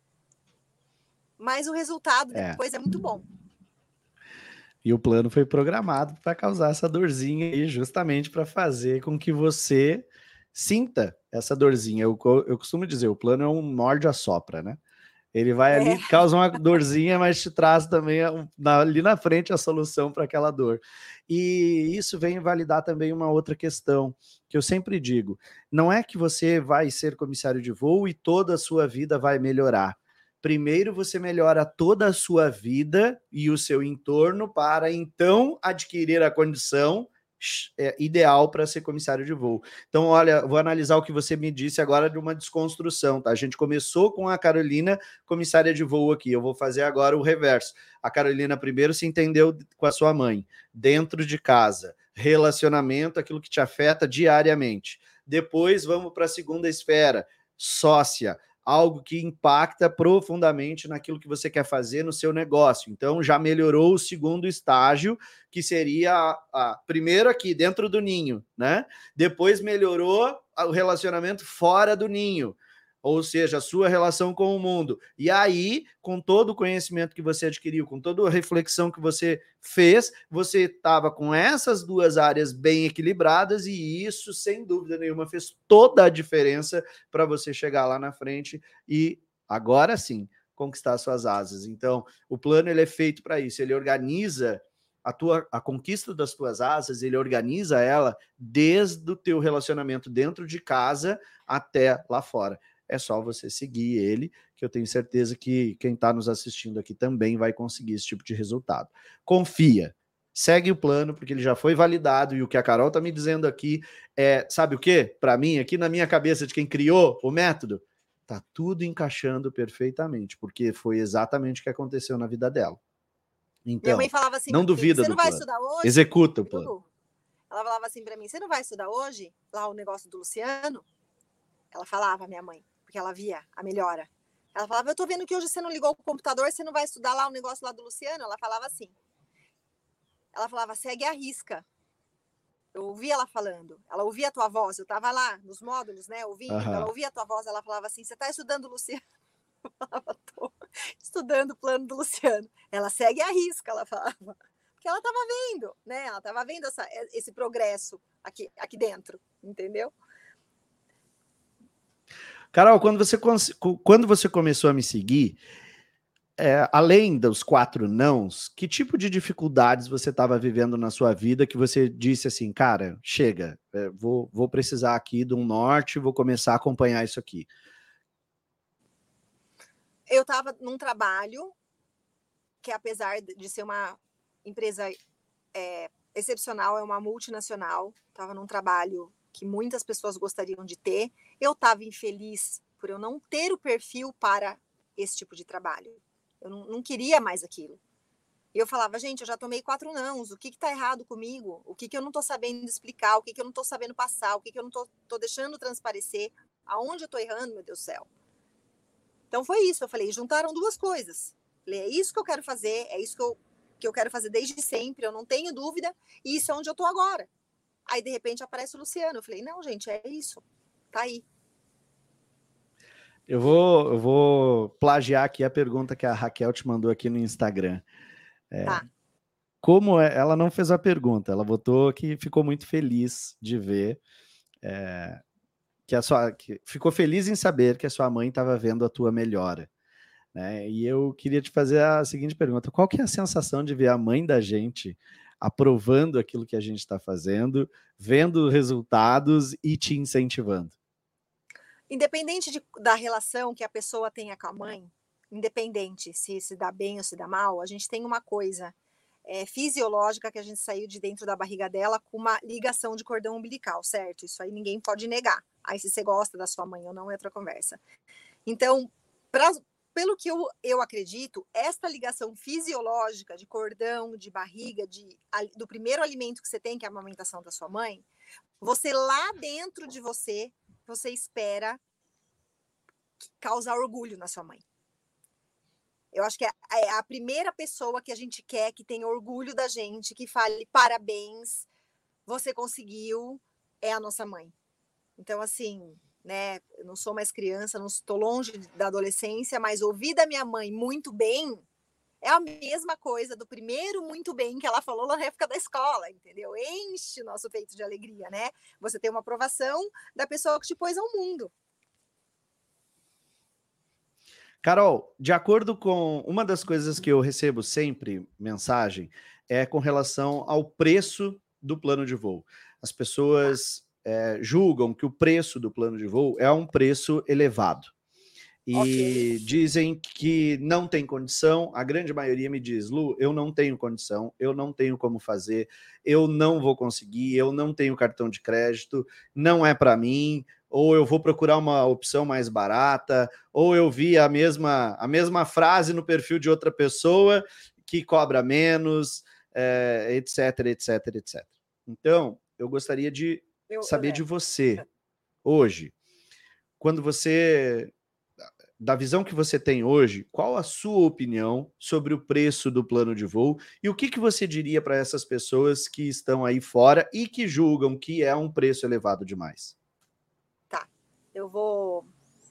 Mas o resultado depois é muito bom. E o plano foi programado para causar essa dorzinha aí, justamente para fazer com que você sinta essa dorzinha. Eu costumo dizer, o plano é um morde-a-sopra, né? Ele vai ali, causa uma dorzinha, mas te traz também ali na frente a solução para aquela dor. E isso vem validar também uma outra questão, que eu sempre digo, não é que você vai ser comissário de voo e toda a sua vida vai melhorar. Primeiro você melhora toda a sua vida e o seu entorno para então adquirir a condição ideal para ser comissário de voo. Então, olha, vou analisar o que você me disse agora de uma desconstrução, tá? A gente começou com a Carolina, comissária de voo aqui. Eu vou fazer agora o reverso. A Carolina primeiro se entendeu com a sua mãe, dentro de casa, relacionamento, aquilo que te afeta diariamente. Depois vamos para a segunda esfera, sócia, algo que impacta profundamente naquilo que você quer fazer no seu negócio. Então, já melhorou o segundo estágio, que seria primeiro aqui, dentro do ninho, né? Depois melhorou o relacionamento fora do ninho, ou seja, a sua relação com o mundo. E aí, com todo o conhecimento que você adquiriu, com toda a reflexão que você fez, você estava com essas duas áreas bem equilibradas e isso, sem dúvida nenhuma, fez toda a diferença para você chegar lá na frente e, agora sim, conquistar suas asas. Então, o plano ele é feito para isso, ele organiza a conquista das tuas asas, ele organiza ela desde o teu relacionamento dentro de casa até lá fora. É só você seguir ele, que eu tenho certeza que quem está nos assistindo aqui também vai conseguir esse tipo de resultado. Confia, segue o plano, porque ele já foi validado, e o que a Carol está me dizendo aqui é, sabe o quê? Para mim, aqui na minha cabeça de quem criou o método, tá tudo encaixando perfeitamente, porque foi exatamente o que aconteceu na vida dela. Então, minha mãe falava assim, não duvida você do não vai plano. estudar hoje? Executa o plano. Ela falava assim para mim, você não vai estudar hoje? Lá o negócio do Luciano? Ela falava, minha mãe, porque ela via a melhora. Ela falava, eu tô vendo que hoje você não ligou o computador, você não vai estudar lá o negócio lá do Luciano? Ela falava assim. Ela falava, segue a risca. Eu ouvia ela falando. Ela ouvia a tua voz. Eu estava lá nos módulos, né, ouvindo. Ela ouvia a tua voz. Ela falava assim, você está estudando o Luciano? Eu falava, tô estudando o plano do Luciano. Ela segue a risca, ela falava. Porque ela estava vendo, né? Ela estava vendo esse progresso aqui dentro, entendeu? Carol, quando você começou a me seguir, além dos 4 nãos, que tipo de dificuldades você estava vivendo na sua vida que você disse assim, cara, chega, vou precisar aqui de um norte, vou começar a acompanhar isso aqui? Eu estava num trabalho que, apesar de ser uma empresa excepcional, é uma multinacional, estava num trabalho que muitas pessoas gostariam de ter. Eu estava infeliz por eu não ter o perfil para esse tipo de trabalho. Eu não queria mais aquilo. E eu falava, gente, eu já tomei 4 nãos, o que está errado comigo? O que eu não estou sabendo explicar? O que eu não estou sabendo passar? O que eu não estou deixando transparecer? Aonde eu estou errando, meu Deus do céu? Então foi isso, eu falei, juntaram 2 coisas. Falei, é isso que eu quero fazer, é isso que eu quero fazer desde sempre, eu não tenho dúvida, e isso é onde eu estou agora. Aí, de repente, aparece o Luciano. Eu falei, não, gente, é isso, tá aí. Eu vou plagiar aqui a pergunta que a Raquel te mandou aqui no Instagram. Tá. Como ela não fez a pergunta, ela botou que ficou muito feliz de ver, que ficou feliz em saber que a sua mãe estava vendo a tua melhora. Né? E eu queria te fazer a seguinte pergunta: qual que é a sensação de ver a mãe da gente aprovando aquilo que a gente está fazendo, vendo resultados e te incentivando? Independente da relação que a pessoa tenha com a mãe, independente se dá bem ou se dá mal, a gente tem uma coisa fisiológica que a gente saiu de dentro da barriga dela com uma ligação de cordão umbilical, certo? Isso aí ninguém pode negar. Aí se você gosta da sua mãe ou não é outra conversa. Então, pelo que eu acredito, esta ligação fisiológica de cordão, de barriga, do primeiro alimento que você tem, que é a amamentação da sua mãe, você lá dentro de você espera causar orgulho na sua mãe. Eu acho que é a primeira pessoa que a gente quer que tenha orgulho da gente, que fale parabéns, você conseguiu, é a nossa mãe. Então, assim, né, eu não sou mais criança, não estou longe da adolescência, mas ouvir da minha mãe muito bem é a mesma coisa do primeiro muito bem que ela falou na época da escola, entendeu? Enche nosso peito de alegria, né? Você tem uma aprovação da pessoa que te pôs ao mundo. Carol, de acordo com uma das coisas que eu recebo sempre mensagem é com relação ao preço do plano de voo. As pessoas julgam que o preço do plano de voo é um preço elevado. E dizem que não tem condição. A grande maioria me diz, Lu, eu não tenho condição, eu não tenho como fazer, eu não vou conseguir, eu não tenho cartão de crédito, não é para mim, ou eu vou procurar uma opção mais barata, ou eu vi a mesma frase no perfil de outra pessoa que cobra menos, etc, etc, etc. Então, eu gostaria de saber de você, hoje, quando você... da visão que você tem hoje, qual a sua opinião sobre o preço do plano de voo e o que você diria para essas pessoas que estão aí fora e que julgam que é um preço elevado demais? Tá, eu vou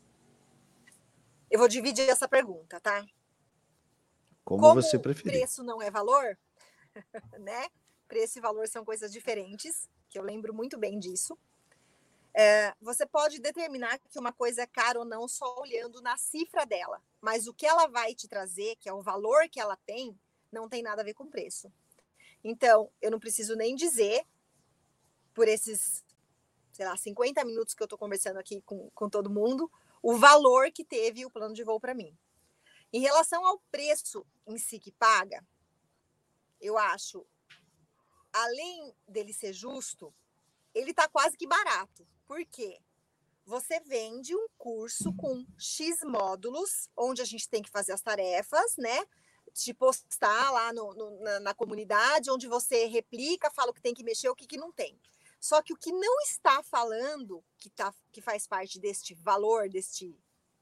dividir essa pergunta, tá? Como você preferir. Preço não é valor, né? Preço e valor são coisas diferentes, que eu lembro muito bem disso. Você pode determinar que uma coisa é cara ou não só olhando na cifra dela, mas o que ela vai te trazer, que é o valor que ela tem, não tem nada a ver com preço. Então, eu não preciso nem dizer, por esses, sei lá, 50 minutos que eu estou conversando aqui com todo mundo, o valor que teve o plano de voo para mim. Em relação ao preço em si que paga, eu acho, além dele ser justo, ele está quase que barato. Por quê? Você vende um curso com X módulos, onde a gente tem que fazer as tarefas, né? Te postar lá na comunidade, onde você replica, fala o que tem que mexer, o que não tem. Só que o que não está falando, que faz parte deste valor, deste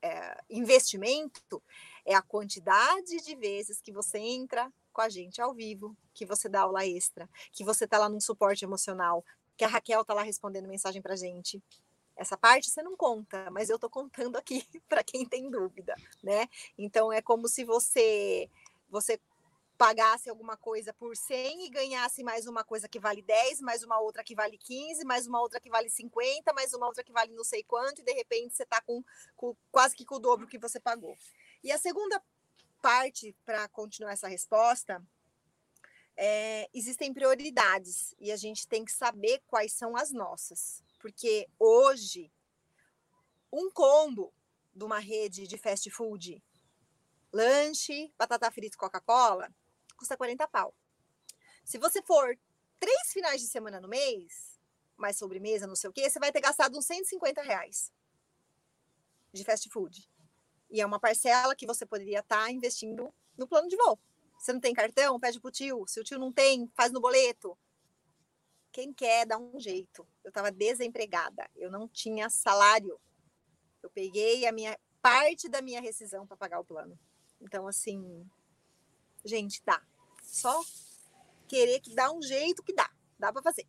investimento é a quantidade de vezes que você entra com a gente ao vivo, que você dá aula extra, que você está lá num suporte emocional, que a Raquel está lá respondendo mensagem para a gente. Essa parte você não conta, mas eu estou contando aqui para quem tem dúvida, né? Então é como se você pagasse alguma coisa por 100 e ganhasse mais uma coisa que vale 10, mais uma outra que vale 15, mais uma outra que vale 50, mais uma outra que vale não sei quanto, e de repente você está com quase que com o dobro que você pagou. E a segunda parte, para continuar essa resposta, existem prioridades e a gente tem que saber quais são as nossas. Porque hoje, um combo de uma rede de fast food, lanche, batata frita e Coca-Cola, custa 40 pau. Se você for 3 finais de semana no mês, mais sobremesa, não sei o quê, você vai ter gastado uns R$150 de fast food. E é uma parcela que você poderia estar investindo no plano de voo. Você não tem cartão? Pede pro tio. Se o tio não tem, faz no boleto. Quem quer, dá um jeito. Eu estava desempregada. Eu não tinha salário. Eu peguei parte da minha rescisão para pagar o plano. Então, assim, gente, dá. Só querer que dá um jeito que dá. Dá para fazer.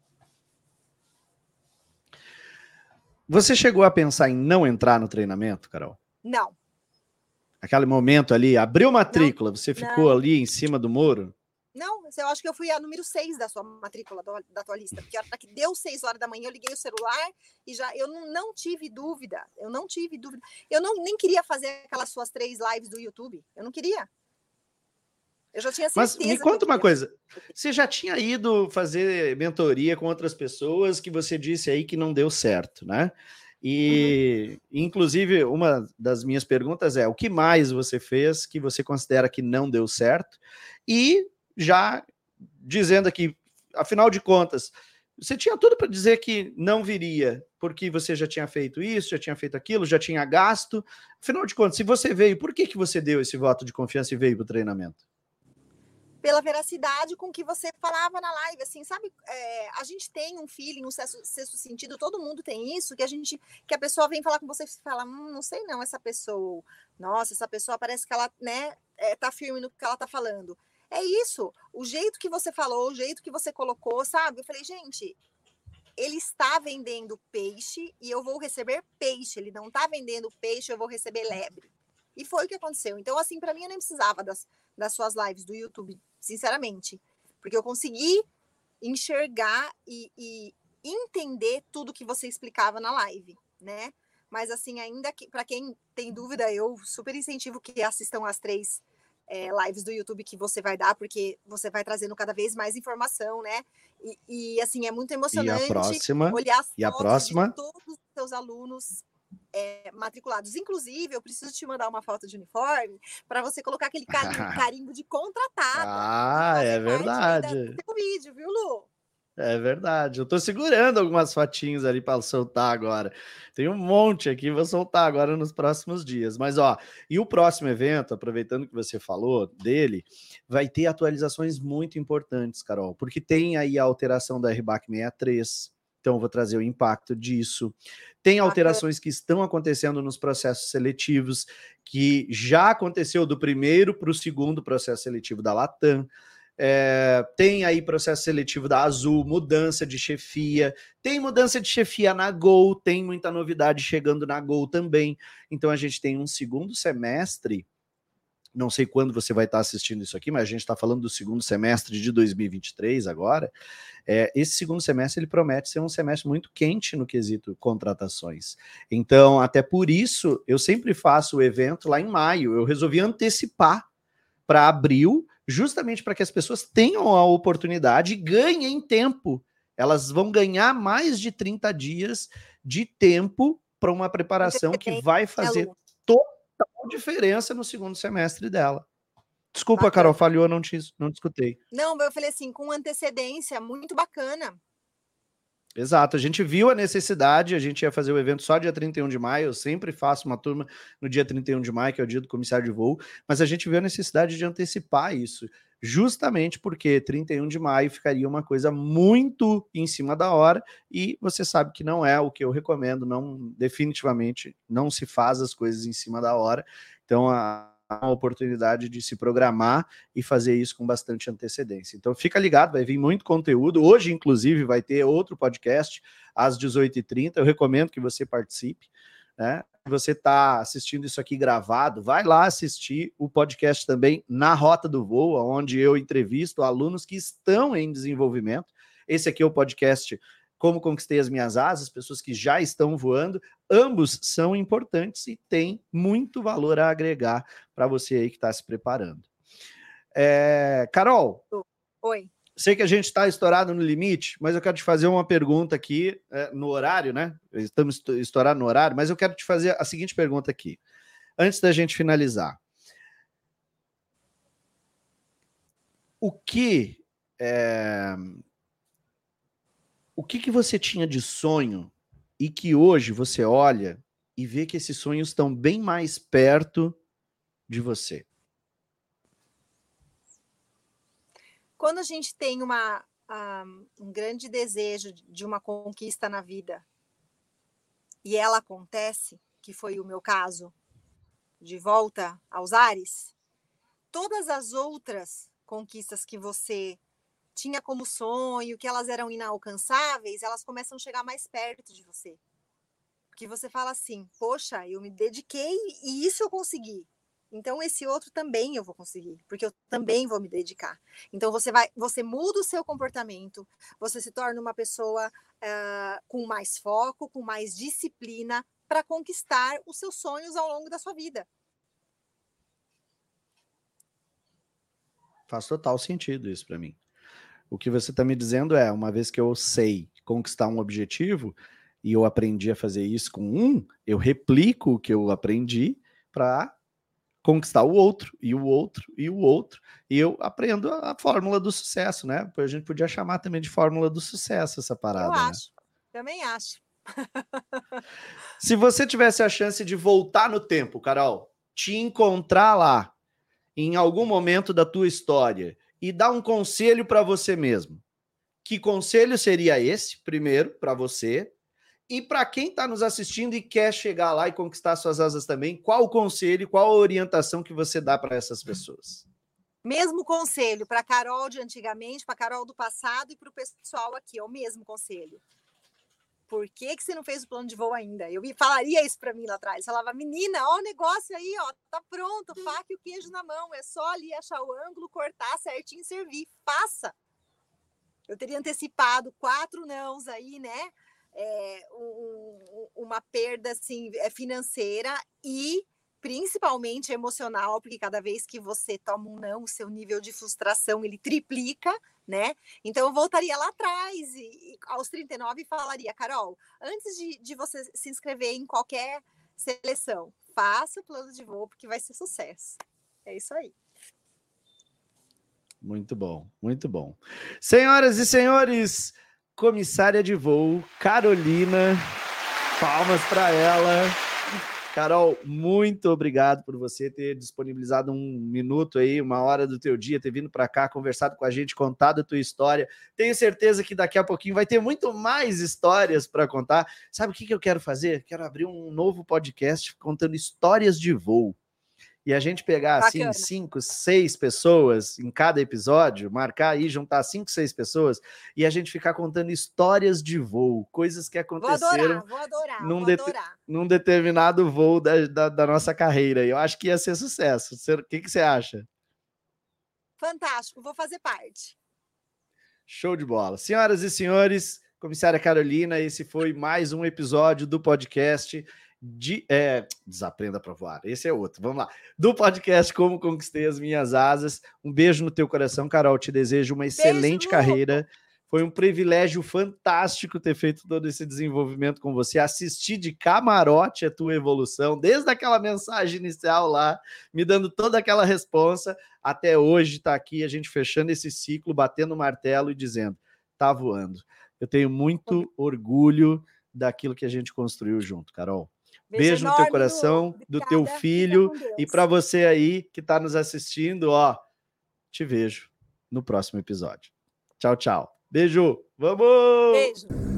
Você chegou a pensar em não entrar no treinamento, Carol? Não. Aquele momento ali, abriu matrícula, você ficou ali em cima do muro? Não, eu acho que eu fui a número 6 da sua matrícula, da tua lista. Porque a hora que deu 6 horas da manhã, eu liguei o celular e eu não tive dúvida. Eu nem queria fazer aquelas suas 3 lives do YouTube. Eu não queria. Eu já tinha certeza. Mas me conta uma coisa. Você já tinha ido fazer mentoria com outras pessoas que você disse aí que não deu certo, né? E, inclusive, uma das minhas perguntas é: o que mais você fez que você considera que não deu certo? E já dizendo aqui, afinal de contas, você tinha tudo para dizer que não viria, porque você já tinha feito isso, já tinha feito aquilo, já tinha gasto. Afinal de contas, se você veio, por que você deu esse voto de confiança e veio para o treinamento? Pela veracidade com que você falava na live, assim, sabe? A gente tem um feeling, um sexto sentido, todo mundo tem isso, que a pessoa vem falar com você e fala, não sei não, essa pessoa, nossa, essa pessoa parece que ela, né, tá firme no que ela tá falando. É isso, o jeito que você falou, o jeito que você colocou, sabe? Eu falei, gente, ele está vendendo peixe e eu vou receber peixe, ele não tá vendendo peixe, eu vou receber lebre. E foi o que aconteceu. Então, assim, para mim, eu nem precisava das suas lives do YouTube, sinceramente. Porque eu consegui enxergar e entender tudo que você explicava na live, né? Mas, assim, ainda que, para quem tem dúvida, eu super incentivo que assistam as 3 lives do YouTube que você vai dar, porque você vai trazendo cada vez mais informação, né? E assim, é muito emocionante olhar as fotos de todos os seus alunos matriculados. Inclusive, eu preciso te mandar uma foto de uniforme para você colocar aquele carimbo de contratada. É verdade. Do seu vídeo, viu, Lu? É verdade. Eu tô segurando algumas fotinhas ali para soltar agora. Tem um monte aqui, vou soltar agora nos próximos dias. Mas, ó, e o próximo evento, aproveitando que você falou dele, vai ter atualizações muito importantes, Carol, porque tem aí a alteração da RBAC 63. Então, eu vou trazer o impacto disso. Tem alterações que estão acontecendo nos processos seletivos, que já aconteceu do primeiro para o segundo processo seletivo da Latam. Tem aí processo seletivo da Azul, mudança de chefia, tem mudança de chefia na Gol, tem muita novidade chegando na Gol também. Então, a gente tem um segundo semestre. Não sei quando você vai estar assistindo isso aqui, mas a gente está falando do segundo semestre de 2023 agora. Esse segundo semestre ele promete ser um semestre muito quente no quesito contratações. Então, até por isso, eu sempre faço o evento lá em maio. Eu resolvi antecipar para abril, justamente para que as pessoas tenham a oportunidade e ganhem tempo. Elas vão ganhar mais de 30 dias de tempo para uma preparação que vai fazer total diferença no segundo semestre dela. Desculpa, bacana. Carol, falhou, não te escutei. Não, eu falei assim, com antecedência, muito bacana. Exato, a gente viu a necessidade, a gente ia fazer o evento só dia 31 de maio, eu sempre faço uma turma no dia 31 de maio, que é o dia do comissário de voo, mas a gente viu a necessidade de antecipar isso, justamente porque 31 de maio ficaria uma coisa muito em cima da hora, e você sabe que não é o que eu recomendo, definitivamente não se faz as coisas em cima da hora, então há uma oportunidade de se programar e fazer isso com bastante antecedência. Então fica ligado, vai vir muito conteúdo, hoje inclusive vai ter outro podcast às 18h30, eu recomendo que você participe, né? Se você está assistindo isso aqui gravado, vai lá assistir o podcast também na Rota do Voo, onde eu entrevisto alunos que estão em desenvolvimento. Esse aqui é o podcast Como Conquistei as Minhas Asas, pessoas que já estão voando. Ambos são importantes e têm muito valor a agregar para você aí que está se preparando. Carol. Oi. Sei que a gente está estourado no limite, mas eu quero te fazer uma pergunta aqui no horário, né? Estamos estourados no horário, mas eu quero te fazer a seguinte pergunta aqui, antes da gente finalizar. O que você tinha de sonho e que hoje você olha e vê que esses sonhos estão bem mais perto de você? Quando a gente tem um grande desejo de uma conquista na vida e ela acontece, que foi o meu caso, de volta aos ares, todas as outras conquistas que você tinha como sonho, que elas eram inalcançáveis, elas começam a chegar mais perto de você. Porque você fala assim, poxa, eu me dediquei e isso eu consegui. Então esse outro também eu vou conseguir, porque eu também vou me dedicar. Então você muda o seu comportamento, você se torna uma pessoa com mais foco, com mais disciplina para conquistar os seus sonhos ao longo da sua vida. Faz total sentido isso para mim. O que você está me dizendo é, uma vez que eu sei conquistar um objetivo e eu aprendi a fazer isso com eu replico o que eu aprendi para conquistar o outro, e o outro, e o outro, e eu aprendo a fórmula do sucesso, né? A gente podia chamar também de fórmula do sucesso essa parada. Eu acho, né? Também acho. Se você tivesse a chance de voltar no tempo, Carol, te encontrar lá, em algum momento da tua história, e dar um conselho para você mesmo, que conselho seria esse, primeiro, para você? E para quem está nos assistindo e quer chegar lá e conquistar suas asas também, qual o conselho, qual a orientação que você dá para essas pessoas? Mesmo conselho para a Carol de antigamente, para a Carol do passado e para o pessoal aqui, é o mesmo conselho. Por que você não fez o plano de voo ainda? Eu falaria isso para mim lá atrás. Falava, menina, ó o negócio aí, ó, tá pronto, faca e o queijo na mão. É só ali achar o ângulo, cortar certinho e servir. Faça! Eu teria antecipado 4 nãos aí, né? Uma perda assim, financeira e principalmente emocional, porque cada vez que você toma um não, o seu nível de frustração ele triplica, né? Então eu voltaria lá atrás e aos 39 falaria, Carol, antes de você se inscrever em qualquer seleção, faça o plano de voo porque vai ser sucesso. É isso aí. Muito bom, muito bom. Senhoras e senhores, comissária de voo, Carolina, palmas para ela. Carol, muito obrigado por você ter disponibilizado um minuto aí, uma hora do teu dia, ter vindo para cá, conversado com a gente, contado a tua história. Tenho certeza que daqui a pouquinho vai ter muito mais histórias para contar. Sabe o que eu quero fazer? Quero abrir um novo podcast contando histórias de voo. E a gente pegar, Bacana. assim, 5, 6 pessoas em cada episódio, marcar aí, juntar 5, 6 pessoas, e a gente ficar contando histórias de voo, coisas que aconteceram vou adorar. num determinado voo da nossa carreira. Eu acho que ia ser sucesso. O que você acha? Fantástico, vou fazer parte. Show de bola. Senhoras e senhores, comissária Carolina, esse foi mais um episódio do podcast Desaprenda para Voar. Esse é outro. Vamos lá. Do podcast Como Conquistei as Minhas Asas. Um beijo no teu coração, Carol. Te desejo uma excelente carreira. Foi um privilégio fantástico ter feito todo esse desenvolvimento com você. Assistir de camarote a tua evolução, desde aquela mensagem inicial lá, me dando toda aquela responsa, até hoje tá aqui, a gente fechando esse ciclo, batendo o martelo e dizendo, tá voando. Eu tenho muito orgulho daquilo que a gente construiu junto, Carol. Beijo no teu coração, do teu filho, e para você aí que está nos assistindo, ó, te vejo. no próximo episódio. Tchau, tchau. Beijo! Vamos! Beijo!